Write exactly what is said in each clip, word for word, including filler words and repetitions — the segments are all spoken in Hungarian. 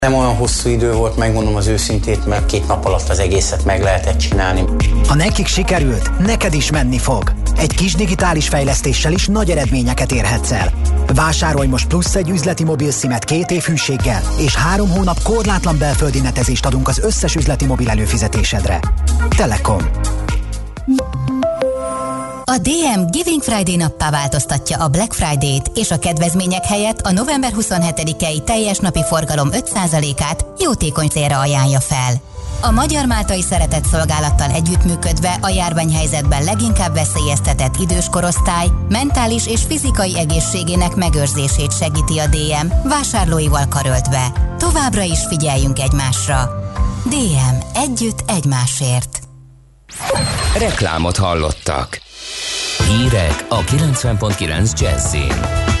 Nem olyan hosszú idő volt, megmondom az őszintét, mert két nap alatt az egészet meg lehetett csinálni. Ha nekik sikerült, neked is menni fog. Egy kis digitális fejlesztéssel is nagy eredményeket érhetsz el. Vásárolj most plusz egy üzleti mobil szimet két év hűséggel, és három hónap korlátlan belföldi netezést adunk az összes üzleti mobil előfizetésedre. Telekom. A dé em Giving Friday nappá változtatja a Black Friday-t, és a kedvezmények helyett a november huszonhetedikei teljes napi forgalom öt százalékát jótékony célra ajánlja fel. A Magyar Máltai Szeretetszolgálattal együttműködve a járványhelyzetben leginkább veszélyeztetett idős korosztály mentális és fizikai egészségének megőrzését segíti a dé em vásárlóival karöltve. Továbbra is figyeljünk egymásra. dé em. Együtt egymásért. Reklámot hallottak. Hírek a kilencven pont kilenc Jazzin.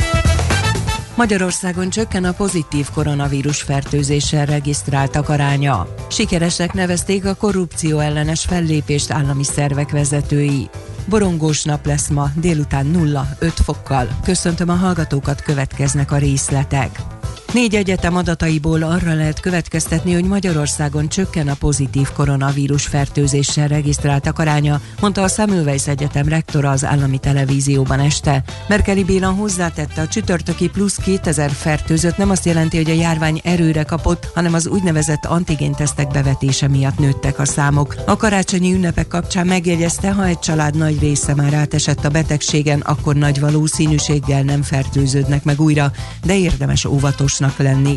Magyarországon csökken a pozitív koronavírus fertőzéssel regisztráltak aránya. Sikeresnek nevezték a korrupció ellenes fellépést állami szervek vezetői. Borongós nap lesz ma, délután nulla öt fokkal. Köszöntöm a hallgatókat, következnek a részletek. Négy egyetem adataiból arra lehet következtetni, hogy Magyarországon csökken a pozitív koronavírus fertőzéssel regisztráltak aránya, mondta a Semmelweis Egyetem rektora az állami televízióban este. Merkeli Béla hozzátette, a csütörtöki plusz kétezer fertőzött nem azt jelenti, hogy a járvány erőre kapott, hanem az úgynevezett antigéntesztek bevetése miatt nőttek a számok. A karácsonyi ünnepek kapcsán megjegyezte, ha egy család nagy része már átesett a betegségen, akkor nagy valószínűséggel nem fertőződnek meg újra, de érdemes óvatos lenni.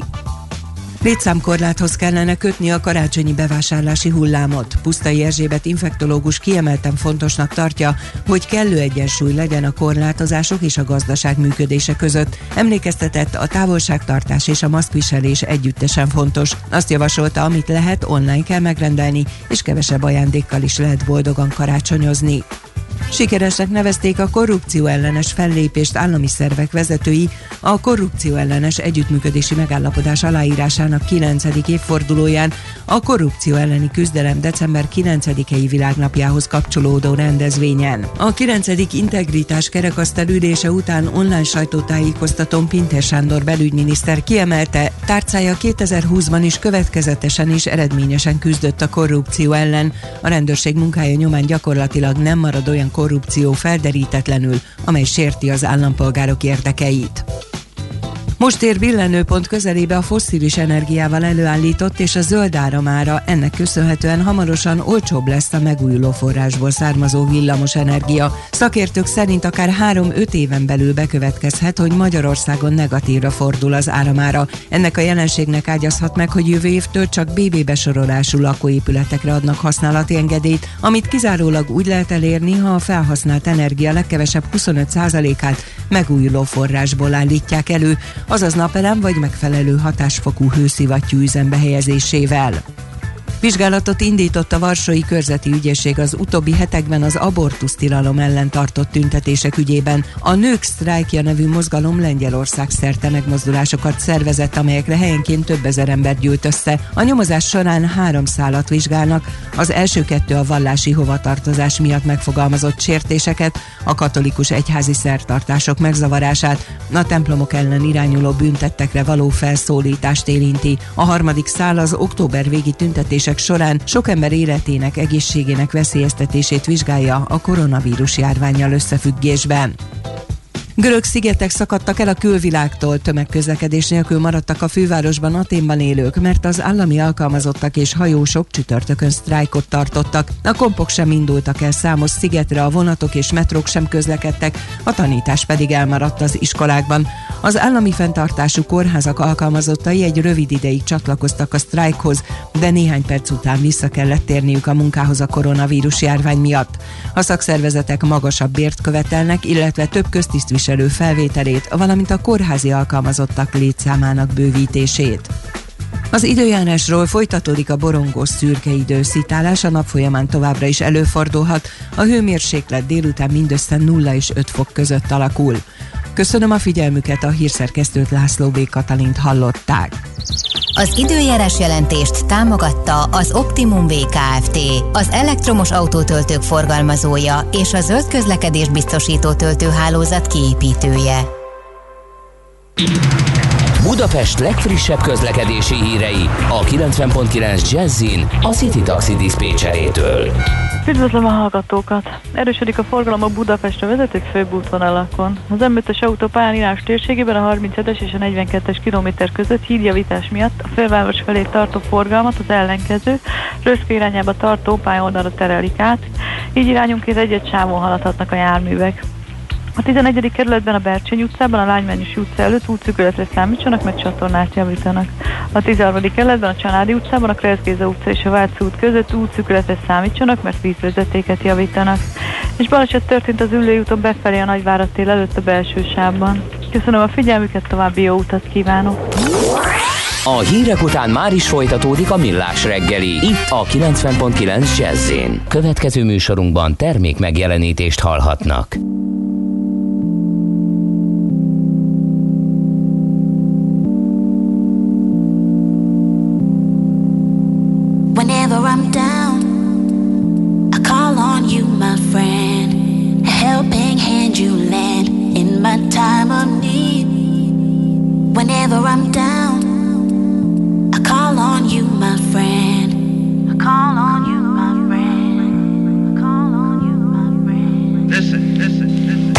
Létszámkorláthoz kellene kötni a karácsonyi bevásárlási hullámot. Pusztai Erzsébet infektológus kiemelten fontosnak tartja, hogy kellő egyensúly legyen a korlátozások és a gazdaság működése között. Emlékeztetett, a távolságtartás és a maszkviselés együttesen fontos. Azt javasolta, amit lehet, online kell megrendelni, és kevesebb ajándékkal is lehet boldogan karácsonyozni. Sikeresnek nevezték a korrupció ellenes fellépést állami szervek vezetői a korrupció ellenes együttműködési megállapodás aláírásának kilencedik évfordulóján a korrupció elleni küzdelem december kilencedikei világnapjához kapcsolódó rendezvényen. A kilencedik integritás kerekasztal ülése után online sajtótájékoztatón Pintér Sándor belügyminiszter kiemelte, tárcája kétezer-húszban is következetesen és eredményesen küzdött a korrupció ellen. A rendőrség munkája nyomán gyakorlatilag nem marad olyan korrupció felderítetlenül, amely sérti az állampolgárok érdekeit. Most ér billenőpont közelébe a fosszilis energiával előállított és a zöld áramára, ennek köszönhetően hamarosan olcsóbb lesz a megújuló forrásból származó villamos energia. Szakértők szerint akár három-öt éven belül bekövetkezhet, hogy Magyarországon negatívra fordul az áramára. Ennek a jelenségnek ágyazhat meg, hogy jövő évtől csak bé bé besorolású lakóépületekre adnak használati engedélyt, amit kizárólag úgy lehet elérni, ha a felhasznált energia legkevesebb huszonöt százalékát megújuló forrásból állítják elő, azaz napelem vagy megfelelő hatásfokú hőszivattyú üzembe helyezésével. Vizsgálatot indított a Varsói Körzeti Ügyészség az utóbbi hetekben az abortusztilalom ellen tartott tüntetések ügyében. A Nők Sztrájkja nevű mozgalom Lengyelország szerte megmozdulásokat szervezett, amelyekre helyenként több ezer ember gyűlt össze. A nyomozás során három szálat vizsgálnak. Az első kettő a vallási hovatartozás miatt megfogalmazott sértéseket, a katolikus egyházi szertartások megzavarását, a templomok ellen irányuló bűntettekre való felszólítást érinti. A harmadik szál az október végi tüntetések során sok ember életének, egészségének veszélyeztetését vizsgálja a koronavírus járvánnyal összefüggésben. Görög szigetek szakadtak el a külvilágtól, tömegközlekedés nélkül maradtak a fővárosban, Athénban élők, mert az állami alkalmazottak és hajósok csütörtökön sztrájkot tartottak. A kompok sem indultak el számos szigetre, a vonatok és metrók sem közlekedtek, a tanítás pedig elmaradt az iskolákban. Az állami fenntartású kórházak alkalmazottai egy rövid ideig csatlakoztak a sztrájkhoz, de néhány perc után vissza kellett térniük a munkához a koronavírus járvány miatt. A szakszervezetek magasabb bért követelnek, illetve több köztisztviselő felvételét, valamint a kórházi alkalmazottak létszámának bővítését. Az időjárásról: folytatódik a borongós szürke időszitálás, a nap folyamán továbbra is előfordulhat, a hőmérséklet délután mindössze nulla és öt fok között alakul. Köszönöm a figyelmüket, a hírszerkesztőt, László B. Katalint hallották. Az időjárás jelentést támogatta az Optimum vé Kft., az elektromos autótöltők forgalmazója és a zöld közlekedés biztosító töltőhálózat kiépítője. Budapest legfrissebb közlekedési hírei a kilencven pont kilenc Jazzin a City Taxi diszpécserétől. Üdvözlöm a hallgatókat! Erősödik a forgalom a Budapestre vezető főbb útvonalakon. Az em ötös autópályán irányos térségében a harminchetes és a negyvenkettes kilométer között hídjavítás miatt a főváros felé tartó forgalmat az ellenkező, Röszke irányába tartó pályaoldalra terelik át, így irányunként egy-egy sávon haladhatnak a járművek. A tizenegyedik kerületben a Bercsényi utcában a Lágymányosi utca előtt útszűkületre számítsanak, meg csatornát javítanak. A tizenharmadik kerületben a Csanádi utcában a Kressz Géza utca és a Váci út között útszűkületre számítsanak, mert vízvezetéket javítanak. És baleset történt az Üllői úton befelé a Nagyvárad tér előtt a belső sávban. Köszönöm a figyelmüket, további jó utat kívánok! A hírek után már is folytatódik a Millás reggeli, itt a kilencven pont kilenc Jazz-én. Következő műsorunkban termék megjelenítést hallhatnak. Whenever I'm down, I call on you, my friend. A helping hand you lend in my time of need. Whenever I'm down, I call on you, my friend. I call on you, my friend. I call on you, my friend. Listen, listen, listen.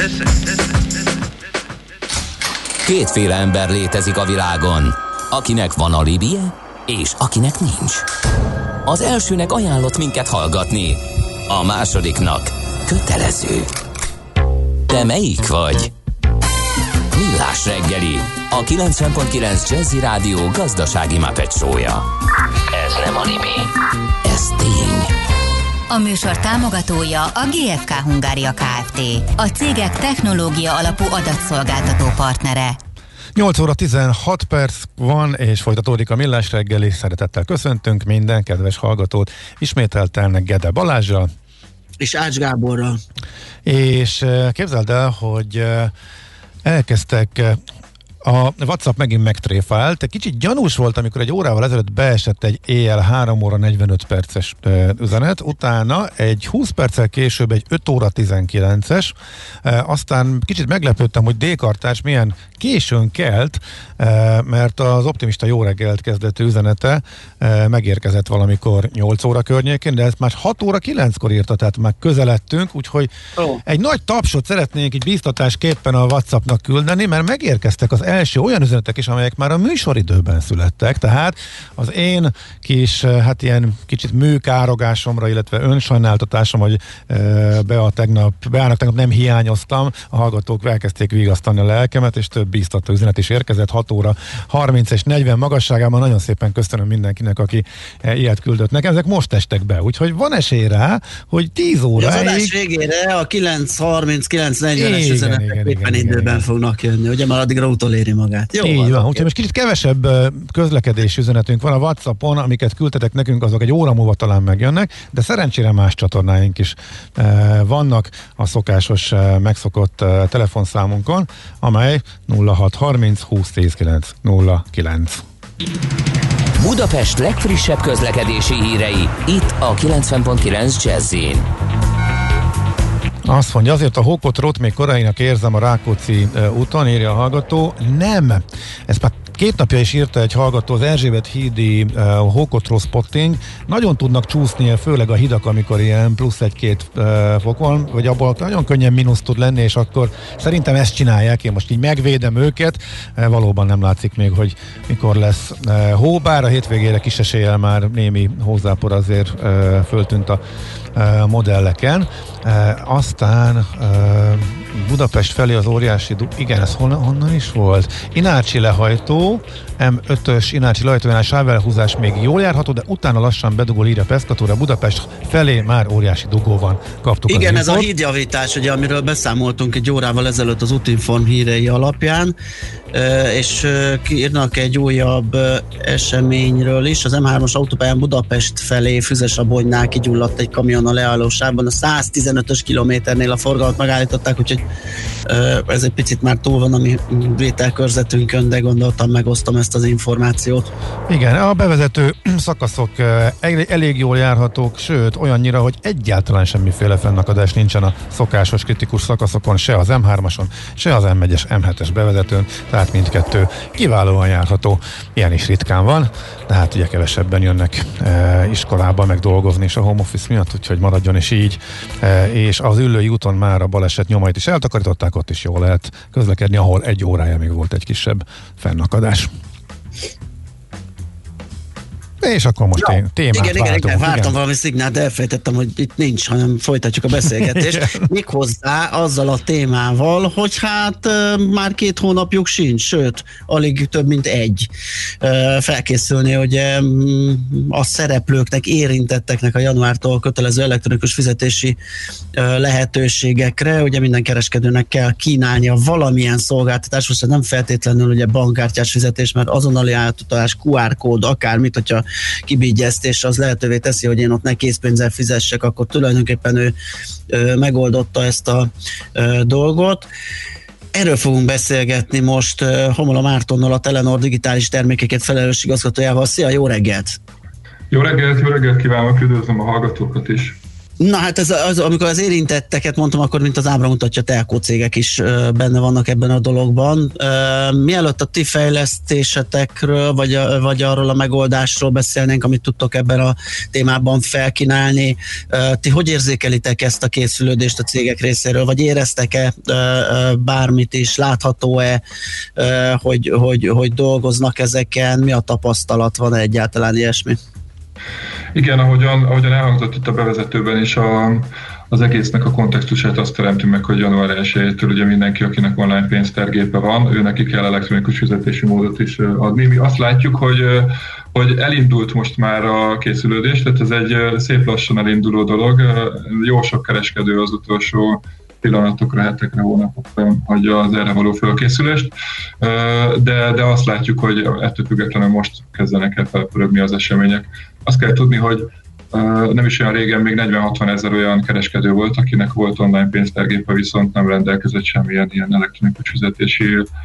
Kétféle ember létezik a világon, akinek van alibije, és akinek nincs. Az elsőnek ajánlott minket hallgatni, a másodiknak kötelező. Te melyik vagy? Millás reggeli, a kilencven pont kilenc Jazzy Rádió gazdasági Muppet show-ja. Ez nem anime, ez tény. A műsor támogatója a gé ef ká Hungária Kft. A cégek technológia alapú adatszolgáltató partnere. nyolc óra tizenhat perc van, és folytatódik a Millás reggeli. Szeretettel köszöntünk minden kedves hallgatót. Ismételtelnek Gede Balázsral. És Ács Gáborral. És képzeld el, hogy elkezdtek... A WhatsApp megint megtréfált. Egy kicsit gyanús volt, amikor egy órával ezelőtt beesett egy éjjel három óra negyvenöt perces e, üzenet, utána egy húsz perccel később egy öt óra tizenkilences, e, aztán kicsit meglepődtem, hogy D-kartás milyen későn kelt, e, mert az optimista jó reggelt kezdetű üzenete e, megérkezett valamikor nyolc óra környékén, de ezt már hat óra kilenckor írta, tehát már közeledtünk, úgyhogy oh. egy nagy tapsot szeretnénk így bíztatásképpen a WhatsAppnak küldeni, mert megérkeztek az első olyan üzenetek is, amelyek már a műsoridőben születtek, tehát az én kis, hát ilyen kicsit műkárogásomra, illetve önsajnáltatásom, hogy e, Bea tegnap, Beának tegnap nem hiányoztam, a hallgatók elkezdték vigasztani a lelkemet, és több bíztató üzenet is érkezett, hat óra harminc és negyven magasságában. Nagyon szépen köszönöm mindenkinek, aki e, ilyet küldött nekem. Ezek most estek be, úgyhogy van esély rá, hogy tíz óráig... Az adás végére a kilenc harminc kilenc negyvenes üzenetek éppen időben igen. fognak jönni, ugye már addigra utoléri magát. Jó, így van, van. Úgyhogy most kicsit kevesebb közlekedési üzenetünk van a WhatsAppon, amiket küldtetek nekünk, azok egy óra múlva talán megjönnek, de szerencsére más csatornáink is vannak a szokásos megszokott telefonszámunkon, amely nulla hat harminc húsz tíz kilenc nulla kilenc. Budapest legfrissebb közlekedési hírei, itt a kilencven pont kilenc Jazzin. Azt mondja, azért a Hókotrót még korainak érzem a Rákóczi uh, úton, írja a hallgató. Nem! Ezt már két napja is írta egy hallgató, az Erzsébet hídi uh, Hókotró spotting. Nagyon tudnak csúszni, főleg a hidak, amikor ilyen plusz egy-két uh, fok van, vagy abból nagyon könnyen mínusz tud lenni, és akkor szerintem ezt csinálják. Én most így megvédem őket. Uh, valóban nem látszik még, hogy mikor lesz uh, hó, bár a hétvégére kis eséllyel már némi hózápor azért uh, föltűnt a uh, modelleken. Uh, aztán uh, Budapest felé az óriási dug... Igen, ez honnan, honnan is volt? Inácsi lehajtó, em ötös Inácsi lehajtójánál sávelhúzás még jól járható, de utána lassan bedugol, írja Peszkatúra, Budapest felé már óriási dugó van. Kaptuk igen, az ez a hídjavítás, ugye, amiről beszámoltunk egy órával ezelőtt az Útinform hírei alapján, és írnak egy újabb eseményről is. Az em hármas autópályán Budapest felé Füzesabonynál kigyulladt egy kamion a leállósában. A száztizenötös kilométernél a forgalmat megállították, úgyhogy ez egy picit már túl van a mi vételkörzetünkön, de gondoltam, megosztom ezt az információt. Igen, a bevezető szakaszok elég jól járhatók, sőt olyannyira, hogy egyáltalán semmiféle fennakadás nincsen a szokásos kritikus szakaszokon, se az em hármason, se az em egyes, em hetes bevezetőn, tehát mindkettő kiválóan járható. Ilyen is ritkán van, de hát ugye kevesebben jönnek e, iskolába meg dolgozni is a home office miatt, úgyhogy maradjon is így. E, és az Üllői úton már a baleset nyomait is eltakarították, ott is jól lehet közlekedni, ahol egy órája még volt egy kisebb fennakadás. És akkor most ja. témát igen, igen, váltunk. igen, vártam igen. valami szignált, de elfejtettem, hogy itt nincs, hanem folytatjuk a beszélgetést. Méghozzá azzal a témával, hogy hát már két hónapjuk sincs, sőt, alig több mint egy felkészülni, ugye a szereplőknek, érintetteknek a januártól kötelező elektronikus fizetési lehetőségekre, ugye minden kereskedőnek kell kínálnia valamilyen szolgáltatás, most nem feltétlenül ugye bankkártyás fizetés, mert azonnali átutalás, kú ár kód, akármit, hogyha kibígyeztés az lehetővé teszi, hogy én ott ne készpénzzel fizessek, akkor tulajdonképpen ő ö, megoldotta ezt a ö, dolgot. Erről fogunk beszélgetni most uh, Homola Mártonnal, a Telenor digitális termékeket felelős igazgatójával. Szia, jó reggelt! Jó reggelt, jó reggelt kívánok, üdvözlöm a hallgatókat is! Na hát ez az, amikor az érintetteket mondtam, akkor mint az ábra mutatja, telkó cégek is benne vannak ebben a dologban. Mielőtt a ti fejlesztésetekről, vagy, a, vagy arról a megoldásról beszélnénk, amit tudtok ebben a témában felkínálni, ti hogy érzékelitek ezt a készülődést a cégek részéről, vagy éreztek-e bármit is, látható-e, hogy, hogy, hogy dolgoznak ezeken, mi a tapasztalat, van-e egyáltalán ilyesmi? Igen, ahogyan, ahogyan elhangzott itt a bevezetőben is, a, az egésznek a kontextusát azt teremti meg, hogy január elsejétől ugye mindenki, akinek online pénztárgépe van, ő neki kell elektronikus fizetési módot is adni. Mi azt látjuk, hogy, hogy elindult most már a készülődés, tehát ez egy szép lassan elinduló dolog. Jó sok kereskedő az utolsó pillanatokra, hetekre, hónapokra hagyja az erre való fölkészülést, de, de azt látjuk, hogy ettől függetlenül most kezdenek el felpörögni az események. Azt kell tudni, hogy nem is olyan régen még negyven-hatvan ezer olyan kereskedő volt, akinek volt online pénztárgépe, viszont nem rendelkezett semmilyen ilyen elektronikus fizetési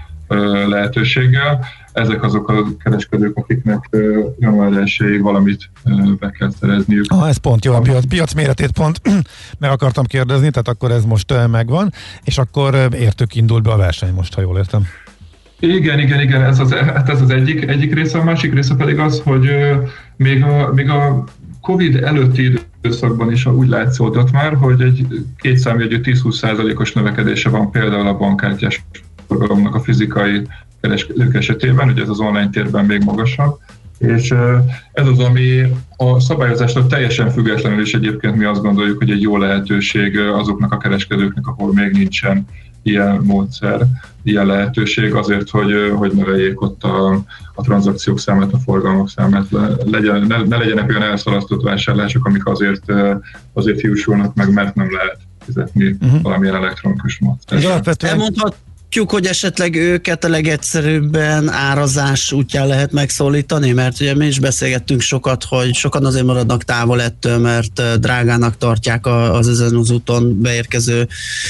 lehetőséggel. Ezek azok a kereskedők, akiknek január elsejéig valamit be kell szerezniük. Ah, ez pont jó, a piac, piac méretét pont meg akartam kérdezni, tehát akkor ez most megvan, és akkor értük indult be a verseny most, ha jól értem. Igen, igen, igen, ez az, hát ez az egyik, egyik része, a másik része pedig az, hogy még a, még a Covid előtti időszakban is úgy látszódott már, hogy egy kétszámjegyű tíz-húsz százalékos növekedése van például a bankkártyás forgalomnak a fizikai kereskedők esetében, ugye ez az online térben még magasabb, és ez az, ami a szabályozástól teljesen függetlenül is egyébként mi azt gondoljuk, hogy egy jó lehetőség azoknak a kereskedőknek, ahol még nincsen ilyen módszer, ilyen lehetőség azért, hogy, hogy növeljék ott a, a tranzakciók számát, a forgalmak számát, legyen, ne, ne legyenek olyan elszalasztott vásárlások, amik azért, azért hiúsulnak meg, mert nem lehet fizetni uh-huh. valamilyen elektronikus módszer. Elmondhatjuk, hogy esetleg őket a legegyszerűbben árazás útján lehet megszólítani, mert ugye mi is beszélgettünk sokat, hogy sokan azért maradnak távol ettől, mert drágának tartják az ezen az úton beérkező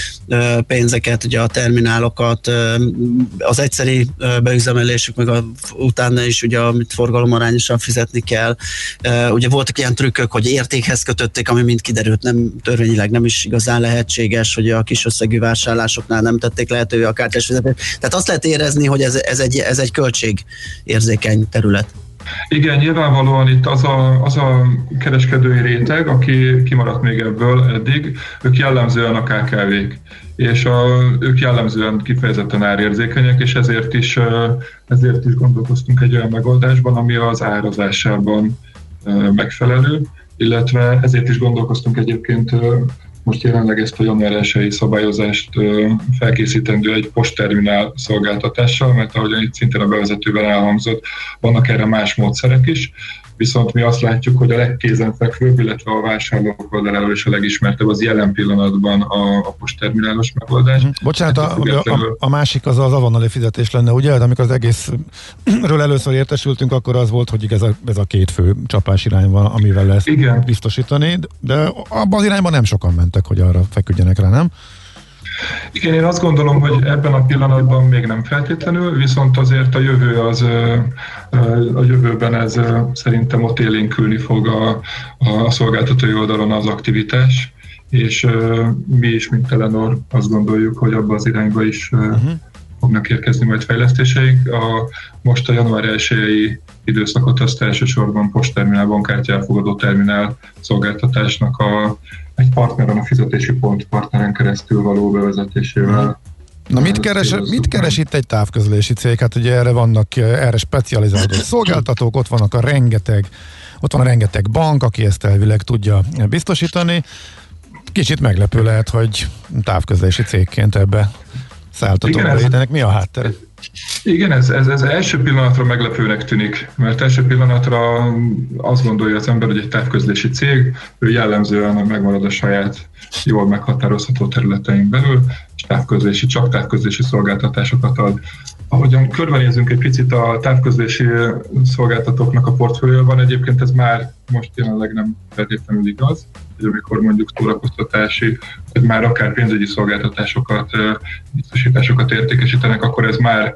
pénzeket, ugye a terminálokat, az egyszeri beüzemelésük, meg a, utána is ugye, amit forgalomarányosan fizetni kell. Ugye voltak ilyen trükkök, hogy értékhez kötötték, ami mind kiderült, nem törvényileg nem is igazán lehetséges, hogy a kis összegű vásárlásoknál nem tették lehetővé a kártyás fizetést. Tehát azt lehet érezni, hogy ez, ez, egy, ez egy költségérzékeny terület. Igen, nyilvánvalóan itt az a, az a kereskedői réteg, aki kimaradt még ebből eddig, ők jellemzően a ká ká vék, és a, ők jellemzően kifejezetten árérzékenyek, és ezért is, ezért is gondolkoztunk egy olyan megoldásban, ami az árazásában megfelelő, illetve ezért is gondolkoztunk egyébként most jelenleg ezt a január elsejei szabályozást felkészítendő egy postterminál szolgáltatással, mert ahogyan itt szintén a bevezetőben elhangzott, vannak erre más módszerek is, viszont mi azt látjuk, hogy a legkézenfekvőbb, illetve a vásárlók oldaláról is a legismertebb az jelen pillanatban a, a postterminálos megoldás. Bocsánat, a, a, a másik az az azonnali fizetés lenne, ugye? De amikor az egészről először értesültünk, akkor az volt, hogy ez a, ez a két fő csapás irány van, amivel lesz Igen. biztosítani, de abban az irányban nem sokan mentek, hogy arra feküdjenek rá, nem? Igen, én azt gondolom, hogy ebben a pillanatban még nem feltétlenül, viszont azért a jövő az, a jövőben ez szerintem ott élénkülni fog a, a szolgáltatói oldalon az aktivitás, és mi is, mint Telenor azt gondoljuk, hogy abban az irányba is uh-huh. fognak érkezni majd fejlesztéseink. A, most a január elsejei időszakot azt elsősorban postterminál, bankkártya elfogadó terminál szolgáltatásnak a egy partneren, a fizetési pont partneren keresztül való bevezetésével. Na mit keres, mit keres itt egy távközlési cég? Hát ugye erre vannak erre specializálódott szolgáltatók, ott vannak a rengeteg, ott van a rengeteg bank, aki ezt elvileg tudja biztosítani. Kicsit meglepő lehet, hogy távközlési cégként ebbe szálltatok be. Ennek mi a háttere? Igen, ez, ez, ez első pillanatra meglepőnek tűnik, mert első pillanatra azt gondolja az ember, hogy egy távközlési cég, ő jellemzően megmarad a saját jól meghatározható területein belül, és távközlési, csak távközlési szolgáltatásokat ad. Ahogyan körbenézünk egy picit a távközlési szolgáltatóknak a portfólióban, egyébként ez már most jelenleg nem feltétlenül igaz, hogy amikor mondjuk szórakoztatási, vagy már akár pénzügyi szolgáltatásokat, biztosításokat értékesítenek, akkor ez már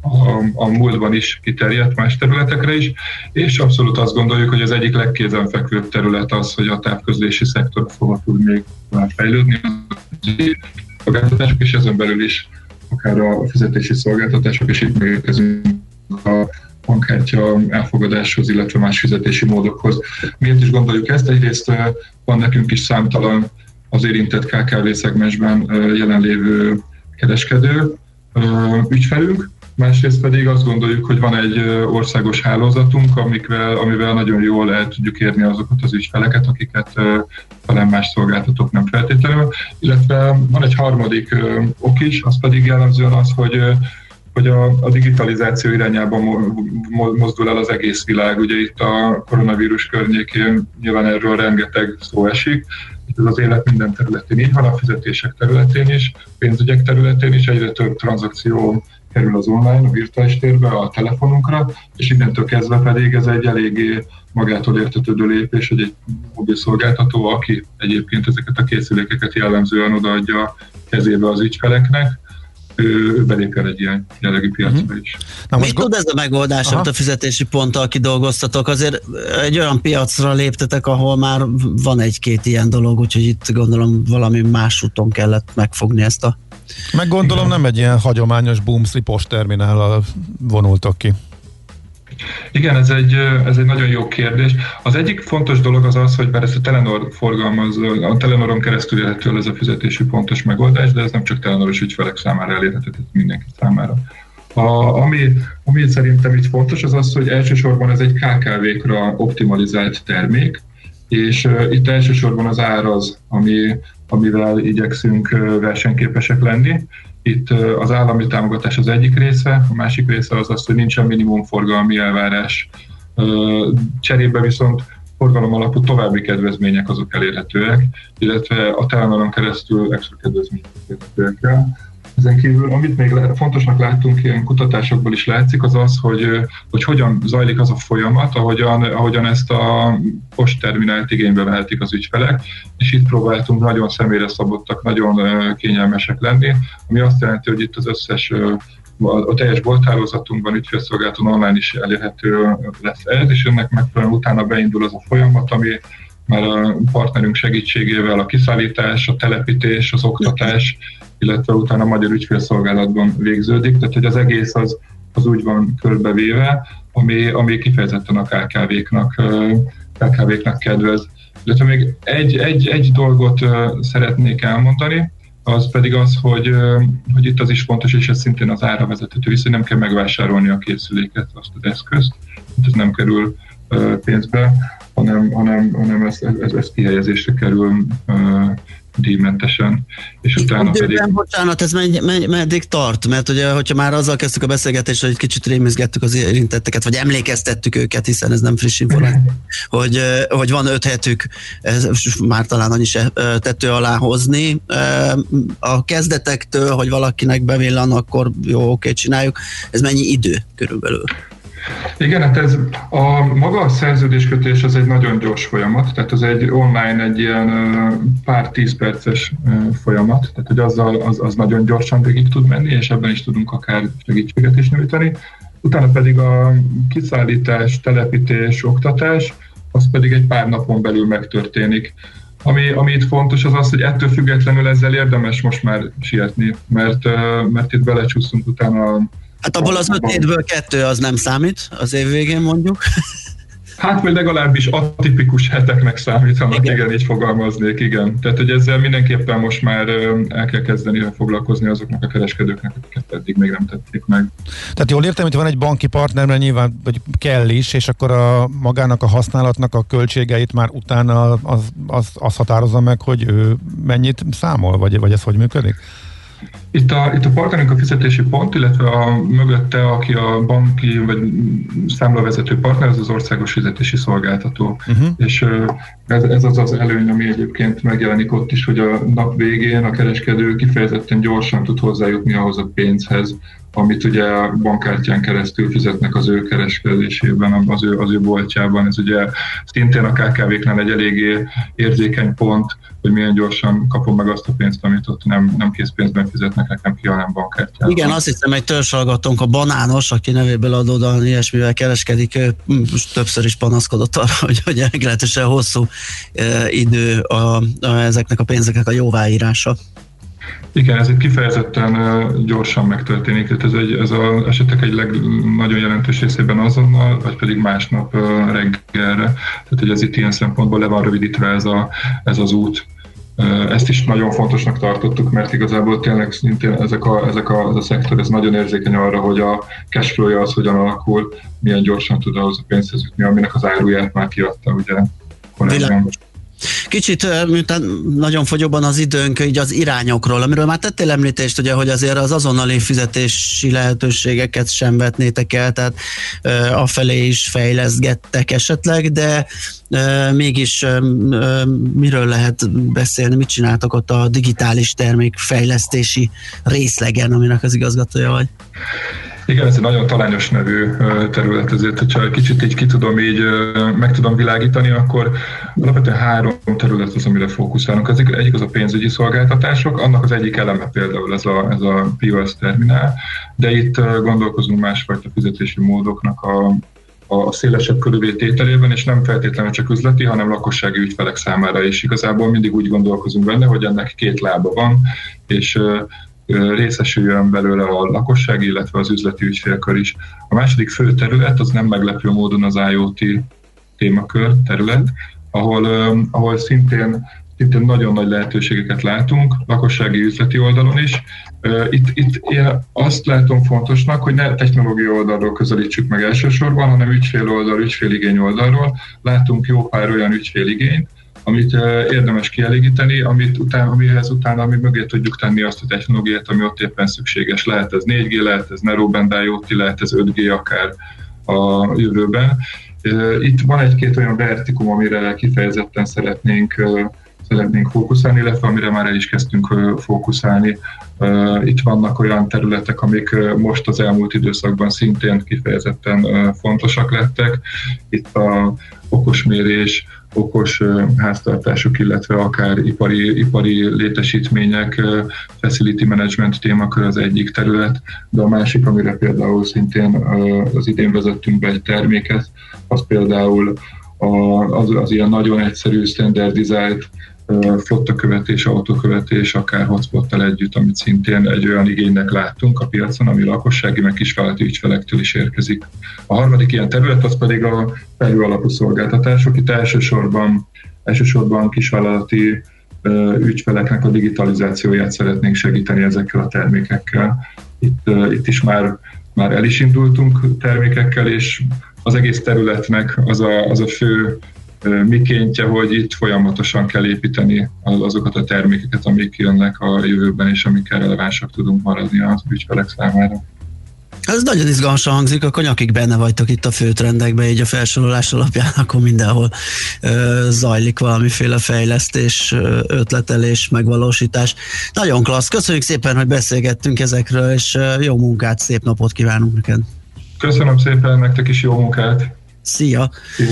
a, a múltban is kiterjedt más területekre is, és abszolút azt gondoljuk, hogy az egyik legkézenfekvőbb terület az, hogy a távközlési szektor fog tud még fejlődni, szolgáltatások, és ezen belül is akár a fizetési szolgáltatások, és itt megérkezünk a bankkártya elfogadáshoz, illetve más fizetési módokhoz. Miért is gondoljuk ezt? Egyrészt van nekünk is számtalan az érintett ká ká vé szegmensben jelenlévő kereskedő ügyfelünk, másrészt pedig azt gondoljuk, hogy van egy országos hálózatunk, amikvel, amivel nagyon jól el tudjuk érni azokat az ügyfeleket, akiket talán más szolgáltatók nem feltétlenül. Illetve van egy harmadik ok is, az pedig jellemzően az, hogy hogy a, a digitalizáció irányába mozdul el az egész világ. Ugye itt a koronavírus környékén nyilván erről rengeteg szó esik. Itt ez az élet minden területén így van, a fizetések területén is, pénzügyek területén is egyre több tranzakció kerül az online, a virtuális térbe, a telefonunkra, és innentől kezdve pedig ez egy eléggé magától értetődő lépés, hogy egy mobil szolgáltató, aki egyébként ezeket a készülékeket jellemzően odaadja kezébe az ügyfeleknek, ő belépjen egy ilyen jellegű piacba is. Na most Mit tud ez a megoldás, amit a fizetési ponttal kidolgoztatok? Azért egy olyan piacra léptetek, ahol már van egy-két ilyen dolog, úgyhogy itt gondolom valami más úton kellett megfogni ezt a... Meg gondolom nem egy ilyen hagyományos boomsli postterminállal vonultok ki. Igen, ez egy, ez egy nagyon jó kérdés. Az egyik fontos dolog az az, hogy bár ezt a Telenor forgalmaz, a Telenoron keresztül érhető el ez a fizetési pontos megoldás, de ez nem csak Telenoros ügyfelek számára elérhető, ez mindenki számára. A, ami, ami szerintem itt fontos, az az, hogy elsősorban ez egy ká ká vékra optimalizált termék, és uh, itt elsősorban az ár az, ami, amivel igyekszünk uh, versenyképesek lenni. Itt uh, az állami támogatás az egyik része, a másik része az az, hogy nincsen minimum forgalmi elvárás. Uh, cserébe viszont forgalom alapú további kedvezmények azok elérhetőek, illetve a Telenoron keresztül extra kedvezmények elérhetőek el. Ezen kívül, amit még fontosnak láttunk, ilyen kutatásokból is látszik, az az, hogy, hogy hogyan zajlik az a folyamat, ahogyan, ahogyan ezt a postterminált igénybe vehetik az ügyfelek, és itt próbáltunk nagyon személyre szabottak, nagyon kényelmesek lenni, ami azt jelenti, hogy itt az összes, a teljes bolthálózatunkban, ügyfélszolgálaton online is elérhető lesz ez, és ennek megfelelően utána beindul az a folyamat, ami már a partnerünk segítségével a kiszállítás, a telepítés, az oktatás, illetve utána a magyar ügyfélszolgálatban végződik, tehát hogy az egész az, az úgy van körbevéve, ami, ami kifejezetten a ká ká véknak, ká ká véknak kedvez. Illetve még egy, egy, egy dolgot szeretnék elmondani, az pedig az, hogy, hogy itt az is fontos, és ez szintén az ára vezethető vissza, hogy nem kell megvásárolni a készüléket, azt az eszközt, ez nem kerül pénzbe, hanem, hanem, hanem ez, ez, ez kihelyezésre kerül díjmentesen, és utána de, pedig... De, bocsánat, ez megy, megy, meddig tart? Mert ugye, hogyha már azzal kezdtük a beszélgetést, hogy egy kicsit rémizgettük az érintetteket, vagy emlékeztettük őket, hiszen ez nem friss információ, hogy, hogy van öt hetük, ez már talán annyi se tető alá hozni. A kezdetektől, hogy valakinek bevillan, akkor jó, oké, csináljuk. Ez mennyi idő körülbelül? Igen, hát ez a maga a szerződéskötés az egy nagyon gyors folyamat, tehát az egy online egy ilyen pár tíz perces folyamat, tehát hogy azzal, az, az nagyon gyorsan végig tud menni, és ebben is tudunk akár segítséget is nyújtani. Utána pedig a kiszállítás, telepítés, oktatás, az pedig egy pár napon belül megtörténik. Ami, ami itt fontos az az, hogy ettől függetlenül ezzel érdemes most már sietni, mert, mert itt belecsúszunk utána. Hát abból az öt hétből kettő az nem számít az év végén mondjuk. Hát vagy legalábbis atipikus heteknek számítanak, igen. igen, így fogalmaznék, igen. Tehát, hogy ezzel mindenképpen most már el kell kezdeni foglalkozni azoknak a kereskedőknek, akiket eddig még nem tették meg. Tehát jól értem, hogy van egy banki partner, mert nyilván vagy kell is, és akkor a magának a használatnak a költségeit már utána az, az, az határozza meg, hogy ő mennyit számol, vagy, vagy ez hogy működik? Itt a, itt a partnerünk a fizetési pont, illetve a mögötte, aki a banki vagy számlavezető partner, az az országos fizetési szolgáltató. Uh-huh. És ez, ez az az előny, ami egyébként megjelenik ott is, hogy a nap végén a kereskedő kifejezetten gyorsan tud hozzájutni ahhoz a pénzhez, amit ugye a bankkártyán keresztül fizetnek az ő kereskedésében, az ő, az ő boltjában. Ez ugye szintén a ká ká véknál egy eléggé érzékeny pont, hogy milyen gyorsan kapom meg azt a pénzt, amit ott nem, nem készpénzben fizetnek nekem ki, hanem bankkártyával. Igen, azt hiszem, egy törzshallgatónk, a Banános, aki nevéből adódóan ilyesmivel kereskedik, most többször is panaszkodott arra, hogy, hogy meglehetősen hosszú e, idő a, a, ezeknek a pénzeknek a jóváírása. Igen, ez egy kifejezetten gyorsan megtörténik, tehát ez, egy, ez az esetek egy leg, nagyon jelentős részében azonnal, vagy pedig másnap reggelre. Tehát hogy ez itt ilyen szempontból le van rövidítve ez, a, ez az út. Ezt is nagyon fontosnak tartottuk, mert igazából tényleg szintén ezek a, ezek a, ez a szektor ez nagyon érzékeny arra, hogy a cashflow-ja az hogyan alakul, milyen gyorsan tud ahhoz a pénzhez jutni, aminek az áruját már kiadta, ugye korábban. Kicsit, miután nagyon fogyóban az időnk, így az irányokról, amiről már tettél említést, ugye, hogy azért az azonnali fizetési lehetőségeket sem vetnétek el, tehát e, afelé is fejleszgettek esetleg, de e, mégis e, miről lehet beszélni, mit csináltak ott a digitális termékfejlesztési részlegen, aminek az igazgatója vagy? Igen, ez egy nagyon talányos nevű terület, ezért, hogyha kicsit így ki tudom, így meg tudom világítani, akkor alapvetően három terület az, amire fókuszálunk. Az egyik az a pénzügyi szolgáltatások, annak az egyik eleme például ez a, ez a pé o es terminál, de itt gondolkozunk másfajta fizetési módoknak a, a szélesebb körülvétételében, és nem feltétlenül csak üzleti, hanem lakossági ügyfelek számára is. Igazából mindig úgy gondolkozunk benne, hogy ennek két lába van, és részesüljön belőle a lakosság, illetve az üzleti ügyfélkör is. A második fő terület az nem meglepő módon az i o té témakör terület, ahol, ahol szintén, szintén nagyon nagy lehetőségeket látunk, lakossági üzleti oldalon is. Itt, itt én azt látom fontosnak, hogy ne technológia oldalról közelítsük meg elsősorban, hanem ügyfél oldal, ügyféligény oldalról. Látunk jó pár olyan ügyféligényt, amit érdemes kielégíteni, amit után, amihez utána ami mögé tudjuk tenni azt a technológiát, ami ott éppen szükséges. Lehet ez négy G, lehet ez Narrowband i o té, lehet ez öt G akár a jövőben. Itt van egy-két olyan vertikum, amire kifejezetten szeretnénk, szeretnénk fókuszálni, illetve amire már el is kezdtünk fókuszálni. Itt vannak olyan területek, amik most az elmúlt időszakban szintén kifejezetten fontosak lettek. Itt a okosmérés, okos háztartások, illetve akár ipari, ipari létesítmények, facility management témakör az egyik terület, de a másik, amire például szintén az idén vezettünk be egy terméket, az például az, az ilyen nagyon egyszerű, standardizált flottakövetés, autókövetés, akár hotspottal együtt, amit szintén egy olyan igénynek láttunk a piacon, ami lakossági, meg kisvállalati ügyfelektől is érkezik. A harmadik ilyen terület az pedig a felhő alapú szolgáltatások. Itt elsősorban, elsősorban kisvállalati ügyfeleknek a digitalizációját szeretnénk segíteni ezekkel a termékekkel. Itt, itt is már, már el is indultunk termékekkel, és az egész területnek az a, az a fő mikéntje, hogy itt folyamatosan kell építeni azokat a termékeket, amik jönnek a jövőben, és amikkel relevánsak tudunk maradni az ügyfelek számára. Ez nagyon izgalmasan hangzik, akkor nyakig benne vagytok itt a főtrendekben, így a felsorolás alapján, akkor mindenhol ö, zajlik valamiféle fejlesztés, ötletelés, megvalósítás. Nagyon klassz, köszönjük szépen, hogy beszélgettünk ezekről, és jó munkát, szép napot kívánunk neked. Köszönöm szépen, nektek is jó munkát. Szia!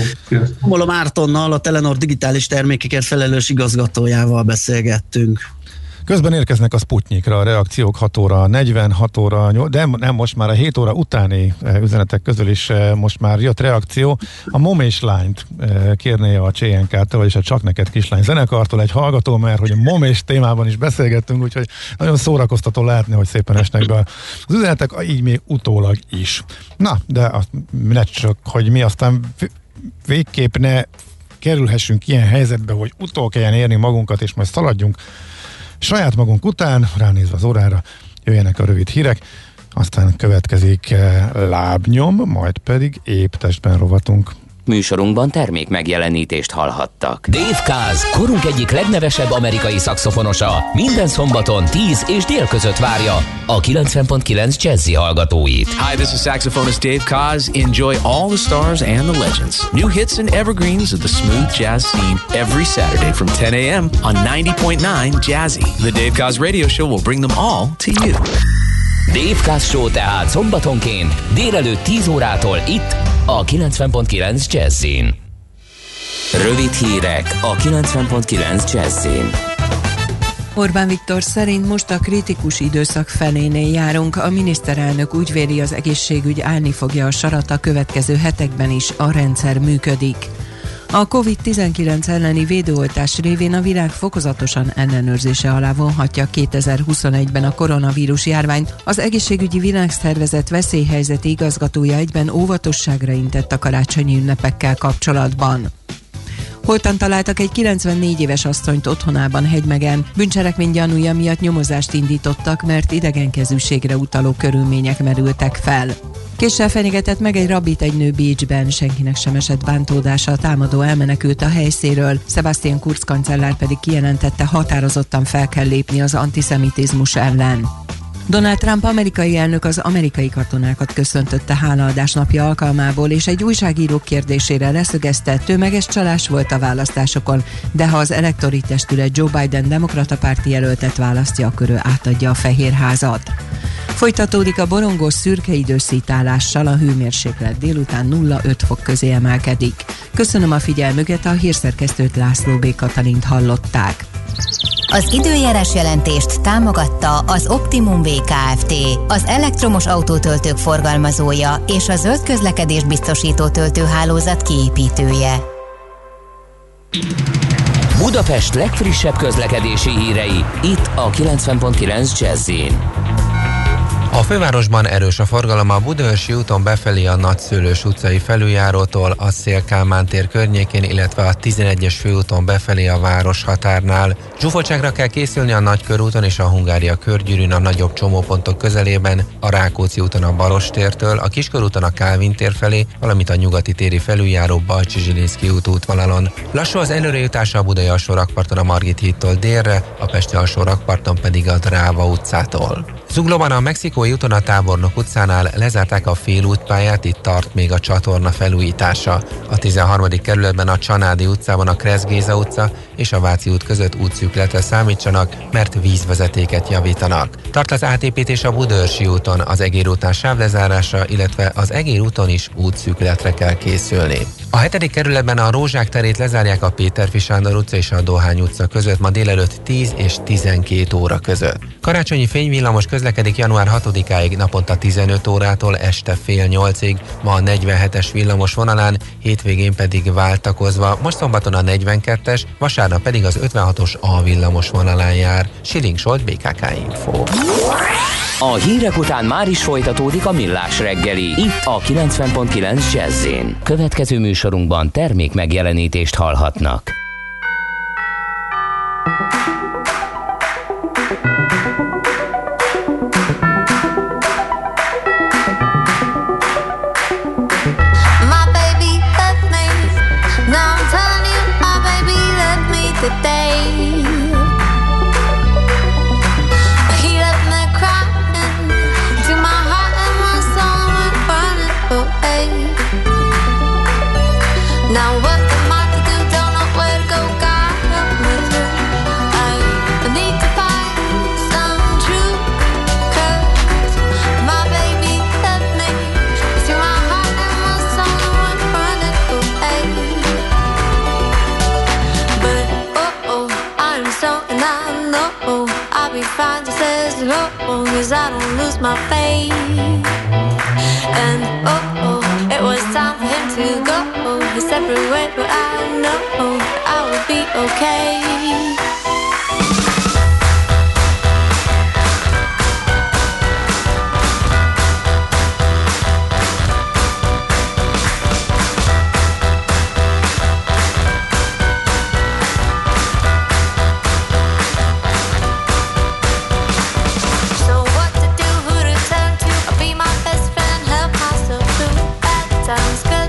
Mola Mártonnal, a Telenor digitális termékekért felelős igazgatójával beszélgettünk. Közben érkeznek a Sputnikra a reakciók hat óra negyven, hat óra, de nem most már a hét óra utáni üzenetek közül is most már jött reakció. A Mom és Lányt kérné a cé en ká-től, vagyis a Csak Neked Kislány zenekartól egy hallgató, mert hogy a Mom és témában is beszélgettünk, úgyhogy nagyon szórakoztató látni, hogy szépen esnek be az üzenetek, így még utólag is. Na, de azt, ne csak, hogy mi aztán végképp ne kerülhessünk ilyen helyzetbe, hogy utol kelljen érni magunkat, és majd szaladjunk saját magunk után, ránézve az órára, jöjjenek a rövid hírek, aztán következik lábnyom, majd pedig épp testben rovatunk. Műsorunkban termék megjelenítést hallhattak. Dave Kaz, korunk egyik legnevesebb amerikai szaxofonosa, minden szombaton tíz és dél között várja a kilencven pont kilenc Jazzy hallgatóit. Hi, this is saxophonist Dave Kaz. Enjoy all the stars and the legends. New hits and evergreens of the smooth jazz scene every Saturday from ten a.m. on ninety point nine Jazzy. The Dave Kaz radio show will bring them all to you. Dave Kaz Show tehát szombatonként délelőtt tíz órától itt a kilencven pont kilenc Jazzin. Rövid hírek a kilencven pont kilenc Jazzin. Orbán Viktor szerint most a kritikus időszak felénél járunk. A miniszterelnök úgy véli, az egészségügy állni fogja a sarat a következő hetekben is, a rendszer működik. A kovid tizenkilenc elleni védőoltás révén a világ fokozatosan ellenőrzése alá vonhatja kétezer-huszonegyben a koronavírus járványt. Az egészségügyi világszervezet veszélyhelyzeti igazgatója egyben óvatosságra intett a karácsonyi ünnepekkel kapcsolatban. Holtan találtak egy kilencvennégy éves asszonyt otthonában Hegymegen. Bűncselekmény gyanúja miatt nyomozást indítottak, mert idegenkezűségre utaló körülmények merültek fel. Késsel fenyegetett meg egy rabbit egy nő Bécsben, senkinek sem esett bántódása, a támadó elmenekült a helyszínről, Sebastian Kurz kancellár pedig kijelentette, határozottan fel kell lépni az antiszemitizmus ellen. Donald Trump amerikai elnök az amerikai katonákat köszöntötte hálaadás napja alkalmából, és egy újságíró kérdésére leszögezte, tömeges csalás volt a választásokon, de ha az elektori testület Joe Biden demokrata párti jelöltet választja, akkor ő átadja a Fehérházat. Folytatódik a borongós szürke időszítálással, a hőmérséklet délután nulla öt fok közé emelkedik. Köszönöm a figyelmüket, a hírszerkesztőt, László B. Katalint hallották. Az időjárás jelentést támogatta az Optimum vé Kft., az elektromos autótöltők forgalmazója és a zöld közlekedés biztosító töltőhálózat kiépítője. Budapest legfrissebb közlekedési hírei, itt a kilencven pont kilenc Jazzin. A fővárosban erős a forgalom a Budaörsi úton befelé a Nagyszőlős utcai felüljárótól, a Széll-Kálmán tér környékén, illetve a tizenegyes főúton befelé a városhatárnál. Zsúfoltságra kell készülni a Nagykörúton és a Hungária körgyűrűn a nagyobb csomópontok közelében, a Rákóczi úton a Barostértől, a Kiskörúton a Kálvin tér felé, valamint a nyugati téri felüljáró Balcsi-Zsilinszky út útvonalon. Lassú az előrejutása a Budai alsórakparton a Margit hídtól délre, a Pesti alsórakparton pedig a Dráva utcától. Zuglóban a Mexikói úton a Tábornok utcánál lezárták a félútpályát, itt tart még a csatorna felújítása. A tizenharmadik kerületben a Csanádi utcában a Kressz Géza utca és a Váci út között útszűkületre számítsanak, mert vízvezetéket javítanak. Tart az átépítés a Budaörsi úton, az Egér után sávlezárása, illetve az Egér úton is útszűkületre kell készülni. A hetedik kerületben a Rózsák terét lezárják a Péterfi Sándor utca és a Dohány utca között ma délelőtt tíz és tizenkét óra között. Karácsonyi fényvillamos közlekedik január hatodikáig naponta tizenöt órától este fél nyolcig, ma a negyvenhetes villamos vonalán, hétvégén pedig váltakozva, most szombaton a negyvenkettes, vasárnap pedig az ötvenhatos A villamos vonalán jár. Siling Solt, bé ká ká Info. A hírek után már is folytatódik a Millás reggeli, itt a kilencven pont kilenc Jazzin. Következő műsorunkban termék megjelenítést hallhatnak. Cause I don't lose my faith. And oh, oh, it was time for him to go his separate way, but I know I will be okay.